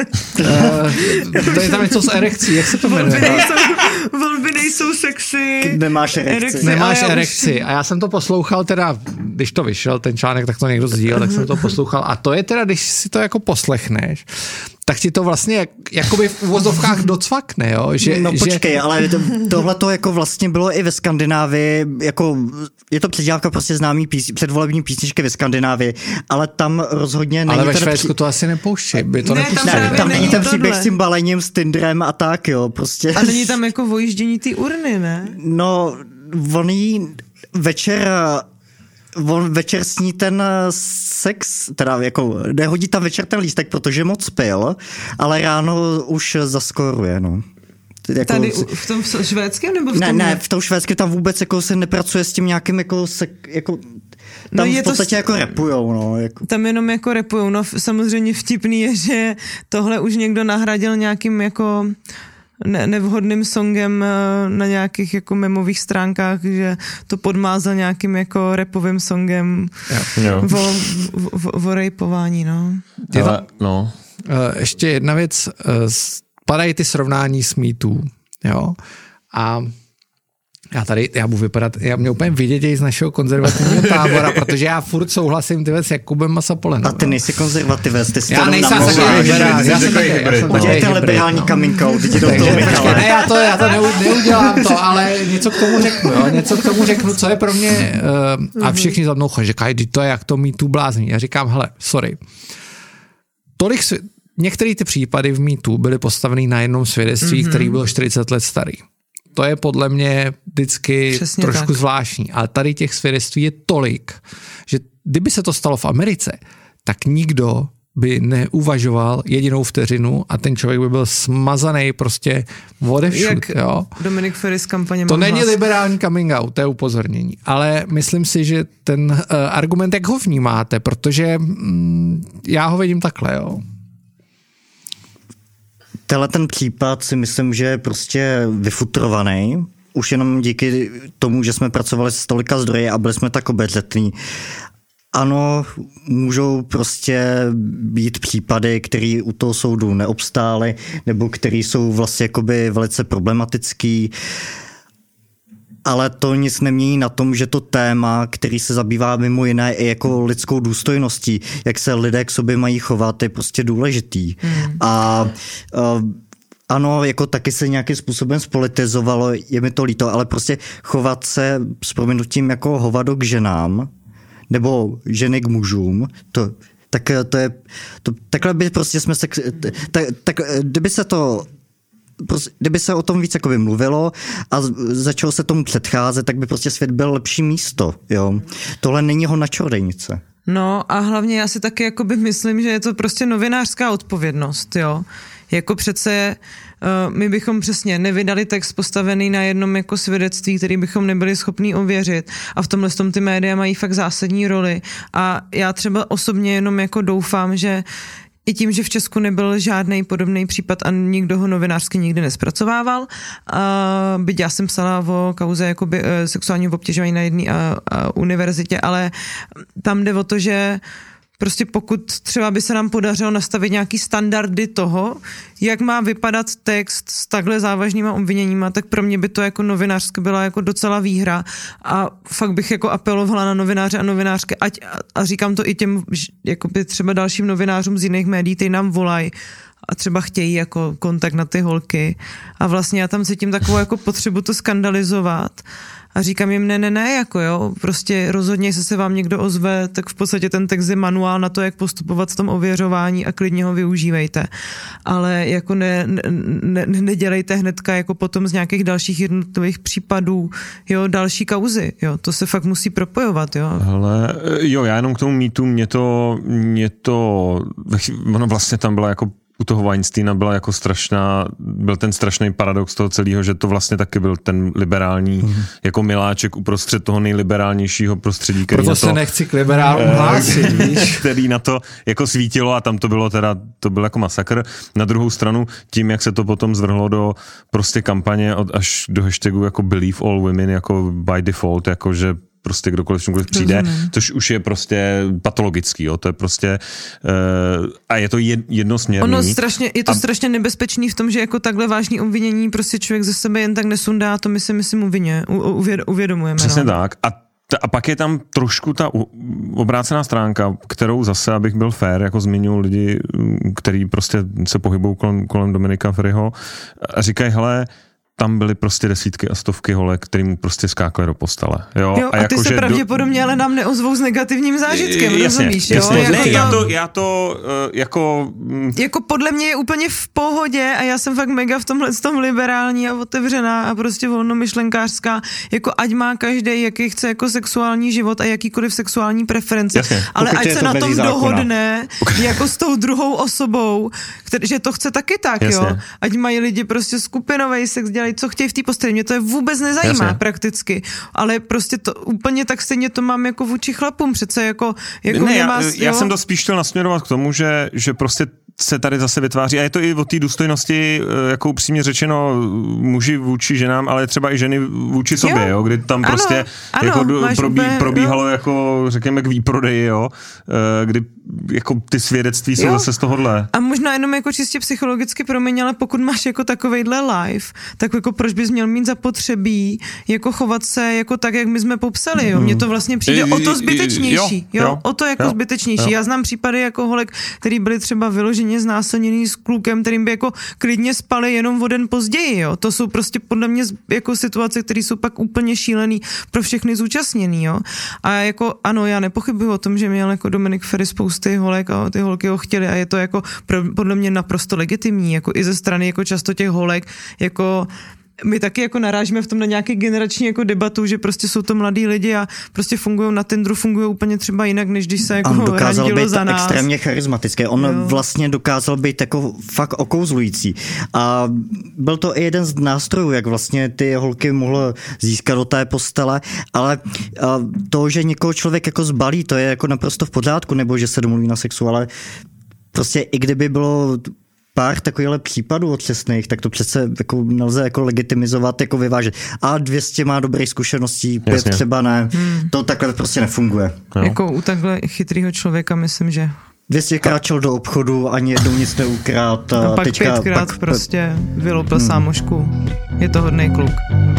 uh, to je tam něco s erekcí, jak se to jmenuje? Volby nejsou, volby nejsou sexy. Nemáš erekci. erekci Nemáš a erekci. Už... A já jsem to poslouchal teda, když to vyšel, ten článek, tak to někdo sdílel, tak jsem to poslouchal. A to je teda, když si to jako poslechneš, tak ti to vlastně jak, jakoby v uvozovkách docvakne, jo? Že, no počkej, že... ale to, tohle to jako vlastně bylo i ve Skandinávii, jako je to předělávka prostě známý pís, předvolební písničky ve Skandinávii, ale tam rozhodně není... Ale ve ten Švédsku pří... to asi nepouští, by to ne, nepustili. Ne, tam není ten příběh tohle. s tím balením, s Tinderem a tak, jo, prostě. A není tam jako vojíždění ty urny, ne? No, on jí večer... On večer sní ten sex, teda jako nehodí tam večer ten lístek, protože moc pil, ale ráno už zaskoruje, no. Jako, tady v tom švédském nebo v tom? Ne, ne, v tom švédském tam vůbec jako se nepracuje s tím nějakým jako, se, jako tam no v podstatě to, jako rapujou, no. Jako. Tam jenom jako rapujou, no samozřejmě vtipný je, že tohle už někdo nahradil nějakým jako ne, nevhodným songem na nějakých jako memových stránkách, že to podmázal nějakým jako rapovým songem jo. o, o, o rejpování, no. Ale, no. Ještě jedna věc, padají ty srovnání s Me Too, jo, a já tady, já budu vypadat, já mě úplně vidět z našeho konzervativního tábora, protože já furt souhlasím ty s Jakubem a Sapolenem. A ty nejsi konzervativec, ty jsi já nejsem taky liberální, já jsem taky hybrid. Pojď ten liberální coming out, ty do toho Michale. Ne, já to, já to neudělám to, ale něco k tomu řeknu, jo, něco k tomu řeknu, co je pro mě, uh, a všichni za mnou říkají, to je jak to Me Too blázní. Já říkám, hele, sorry, tolik svět, některé ty případy v Me Too byly postaveny na jednom svědectví, mm-hmm. který byl čtyřicet let starý. To je podle mě vždycky Přesně trošku tak. zvláštní. Ale tady těch svědectví je tolik, že kdyby se to stalo v Americe, tak nikdo by neuvažoval jedinou vteřinu a ten člověk by byl smazaný prostě odevšud. Jo? Dominik Ferry z kampaně To není hlas. Liberální coming out, to je upozornění. Ale myslím si, že ten uh, argument, jak ho vnímáte, protože mm, já ho vidím takhle, jo. Tenhle ten případ si myslím, že je prostě vyfutrovaný. Už jenom díky tomu, že jsme pracovali s tolika zdroji a byli jsme tak obezřetní. Ano, můžou prostě být případy, které u toho soudu neobstály, nebo které jsou vlastně jakoby velice problematický. Ale to nic nemění na tom, že to téma, který se zabývá mimo jiné i jako lidskou důstojností, jak se lidé k sobě mají chovat, je prostě důležitý. Hmm. A uh, ano, jako taky se nějakým způsobem spolitizovalo, je mi to líto, ale prostě chovat se s prominutím jako hovado k ženám, nebo ženy k mužům, to, tak to je, to, takhle by prostě jsme se, tak, tak kdyby se to Prostě, kdyby se o tom víc jakoby mluvilo a začalo se tomu předcházet, tak by prostě svět byl lepší místo. Jo. Tohle není ho na čarodějnice. No a hlavně já si taky jakoby myslím, že je to prostě novinářská odpovědnost. Jo. Jako přece uh, my bychom přesně nevydali text postavený na jednom jako svědectví, který bychom nebyli schopní ověřit a v tomhle tom ty média mají fakt zásadní roli a já třeba osobně jenom jako doufám, že i tím, že v Česku nebyl žádný podobný případ a nikdo ho novinářsky nikdy nespracovával. A byť já jsem psala o kauze jakoby, e, sexuálního obtěžování na jedné univerzitě, ale tam jde o to, že prostě pokud třeba by se nám podařilo nastavit nějaký standardy toho, jak má vypadat text s takhle závažnýma obviněníma, tak pro mě by to jako novinářské byla jako docela výhra a fakt bych jako apelovala na novináře a novinářky, ať, a říkám to i těm jakoby třeba dalším novinářům z jiných médií, ty nám volají a třeba chtějí jako kontakt na ty holky a vlastně já tam cítím takovou jako potřebu to skandalizovat. A říkám jim, ne, ne, ne, jako jo, prostě rozhodně, jestli se vám někdo ozve, tak v podstatě ten text je manuál na to, jak postupovat v tom ověřování a klidně ho využívejte. Ale jako ne, ne, nedělejte hnedka jako potom z nějakých dalších jednotlivých případů, jo, další kauzy, jo, to se fakt musí propojovat, jo. Hele, jo, já jenom k tomu mýtu, mě to, mě to, ono vlastně tam byla jako u toho Weinsteina byla jako strašná, byl ten strašný paradox toho celého, že to vlastně taky byl ten liberální mm. jako miláček uprostřed toho nejliberálnějšího prostředí. Proto se to, nechci k liberálům hlásit, víš. Který na to jako svítilo a tam to bylo teda, to byl jako masakr. Na druhou stranu tím, jak se to potom zvrhlo do prostě kampaně od, až do hashtagu jako Believe all women, jako by default, jako že prostě kdokoliv čemkoliv přijde, Rozumím. Což už je prostě patologický, jo, to je prostě uh, a je to jednosměrný. Ono strašně, je to a... strašně nebezpečný v tom, že jako takhle vážný obvinění prostě člověk ze sebe jen tak nesundá, to my si myslím uvině, uvědomujeme. Přesně no. tak a A pak je tam trošku ta obrácená stránka, kterou zase, abych byl fair, jako zmiňuji lidi, kteří prostě se pohybují kolem, kolem Dominika Ferryho a říkají, hele, tam byly prostě desítky a stovky holek, kterým prostě skákali do postele. Jo, jo a, a ty jako, se pravděpodobně do... ale nám neozvou s negativním zážitkem, jasně, rozumíš? Jasně. Jo? Ne, jako já to, já to uh, jako... Jako podle mě je úplně v pohodě a já jsem fakt mega v tomhle tom liberální a otevřená a prostě volnomyšlenkářská, jako ať má každý, jaký chce jako sexuální život a jakýkoliv sexuální preference, jasně. Ale pokud ať se to na tom zákona. Dohodne okay. jako s tou druhou osobou, který, že to chce taky tak, jasně. Jo? Ať mají lidi prostě skupinový sex, dělají co chtějí v té posteli. Mě to je vůbec nezajímá jasně. prakticky, ale prostě to úplně tak stejně to mám jako vůči chlapům, přece jako, jako ne, nemá, já, já jsem to spíš chtěl nasměrovat k tomu, že, že prostě se tady zase vytváří, a je to i o té důstojnosti, jako upřímně řečeno, muži vůči ženám, ale třeba i ženy vůči sobě, jo, jo kdy tam ano, prostě ano, jako probí, úplně, probíhalo no. jako, řekněme, k výprodeji, jo, kdy jako ty svědectví jsou jo. zase z tohohle. A možná jenom jako čistě psychologicky promiň, ale pokud máš jako takovejhle live, tak jako proč bys měl mít zapotřebí jako chovat se jako tak, jak my jsme popsali, jo, mně to vlastně přijde o to zbytečnější, jo, jo o to jako jo, zbytečnější. Jo. Já znám případy jako holek, který byli třeba vyloženě znásilněný s klukem, kterým by jako klidně spali jenom o den později, jo. To jsou prostě podle mě jako situace, které jsou pak úplně šílený pro všechny zúčastněný, jo. A jako ano, já nepochybuji o tom, že měl jako Dominik Feri spousty holek a ty holky ho chtěli a je to jako pro, podle mě naprosto legitimní, jako i ze strany jako často těch holek, jako my taky jako narážíme v tom na nějaký generační jako debatu, že prostě jsou to mladí lidi a prostě fungují na Tinderu, fungují úplně třeba jinak, než když se jako randilo za nás. Extrémně charismatický. On jo. vlastně dokázal být jako fakt okouzlující. A byl to i jeden z nástrojů, jak vlastně ty holky mohl získat do té postele, ale to, že někoho člověk jako zbalí, to je jako naprosto v pořádku, nebo že se domluví na sexu, ale prostě i kdyby bylo pár takovýchhle případů otřesných, tak to přece jako nelze jako legitimizovat, jako vyvážet. A dvě stě má dobrých zkušeností, pět Jasně. třeba ne. Hmm. To takhle prostě nefunguje. No. Jako u takhle chytrýho člověka myslím, že dvě stě krát šel do obchodu, ani jednou nic neukrát. A pak teďka, pětkrát pak, prostě vylopil hmm. sámošku. Je to hodnej kluk.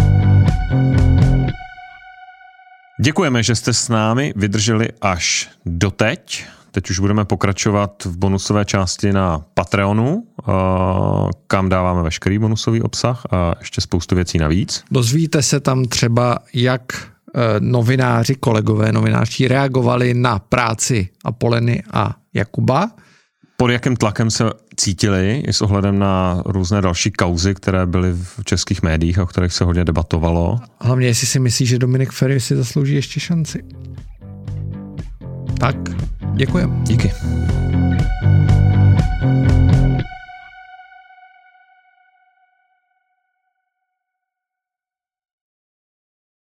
Děkujeme, že jste s námi vydrželi až doteď. Teď už budeme pokračovat v bonusové části na Patreonu, kam dáváme veškerý bonusový obsah a ještě spoustu věcí navíc. Dozvíte se tam třeba, jak novináři, kolegové novináři reagovali na práci Apoleny a Jakuba. Pod jakým tlakem se cítili i s ohledem na různé další kauzy, které byly v českých médiích, o kterých se hodně debatovalo. Hlavně, jestli si myslí, že Dominik Feri si zaslouží ještě šanci. Tak, děkujem. Díky.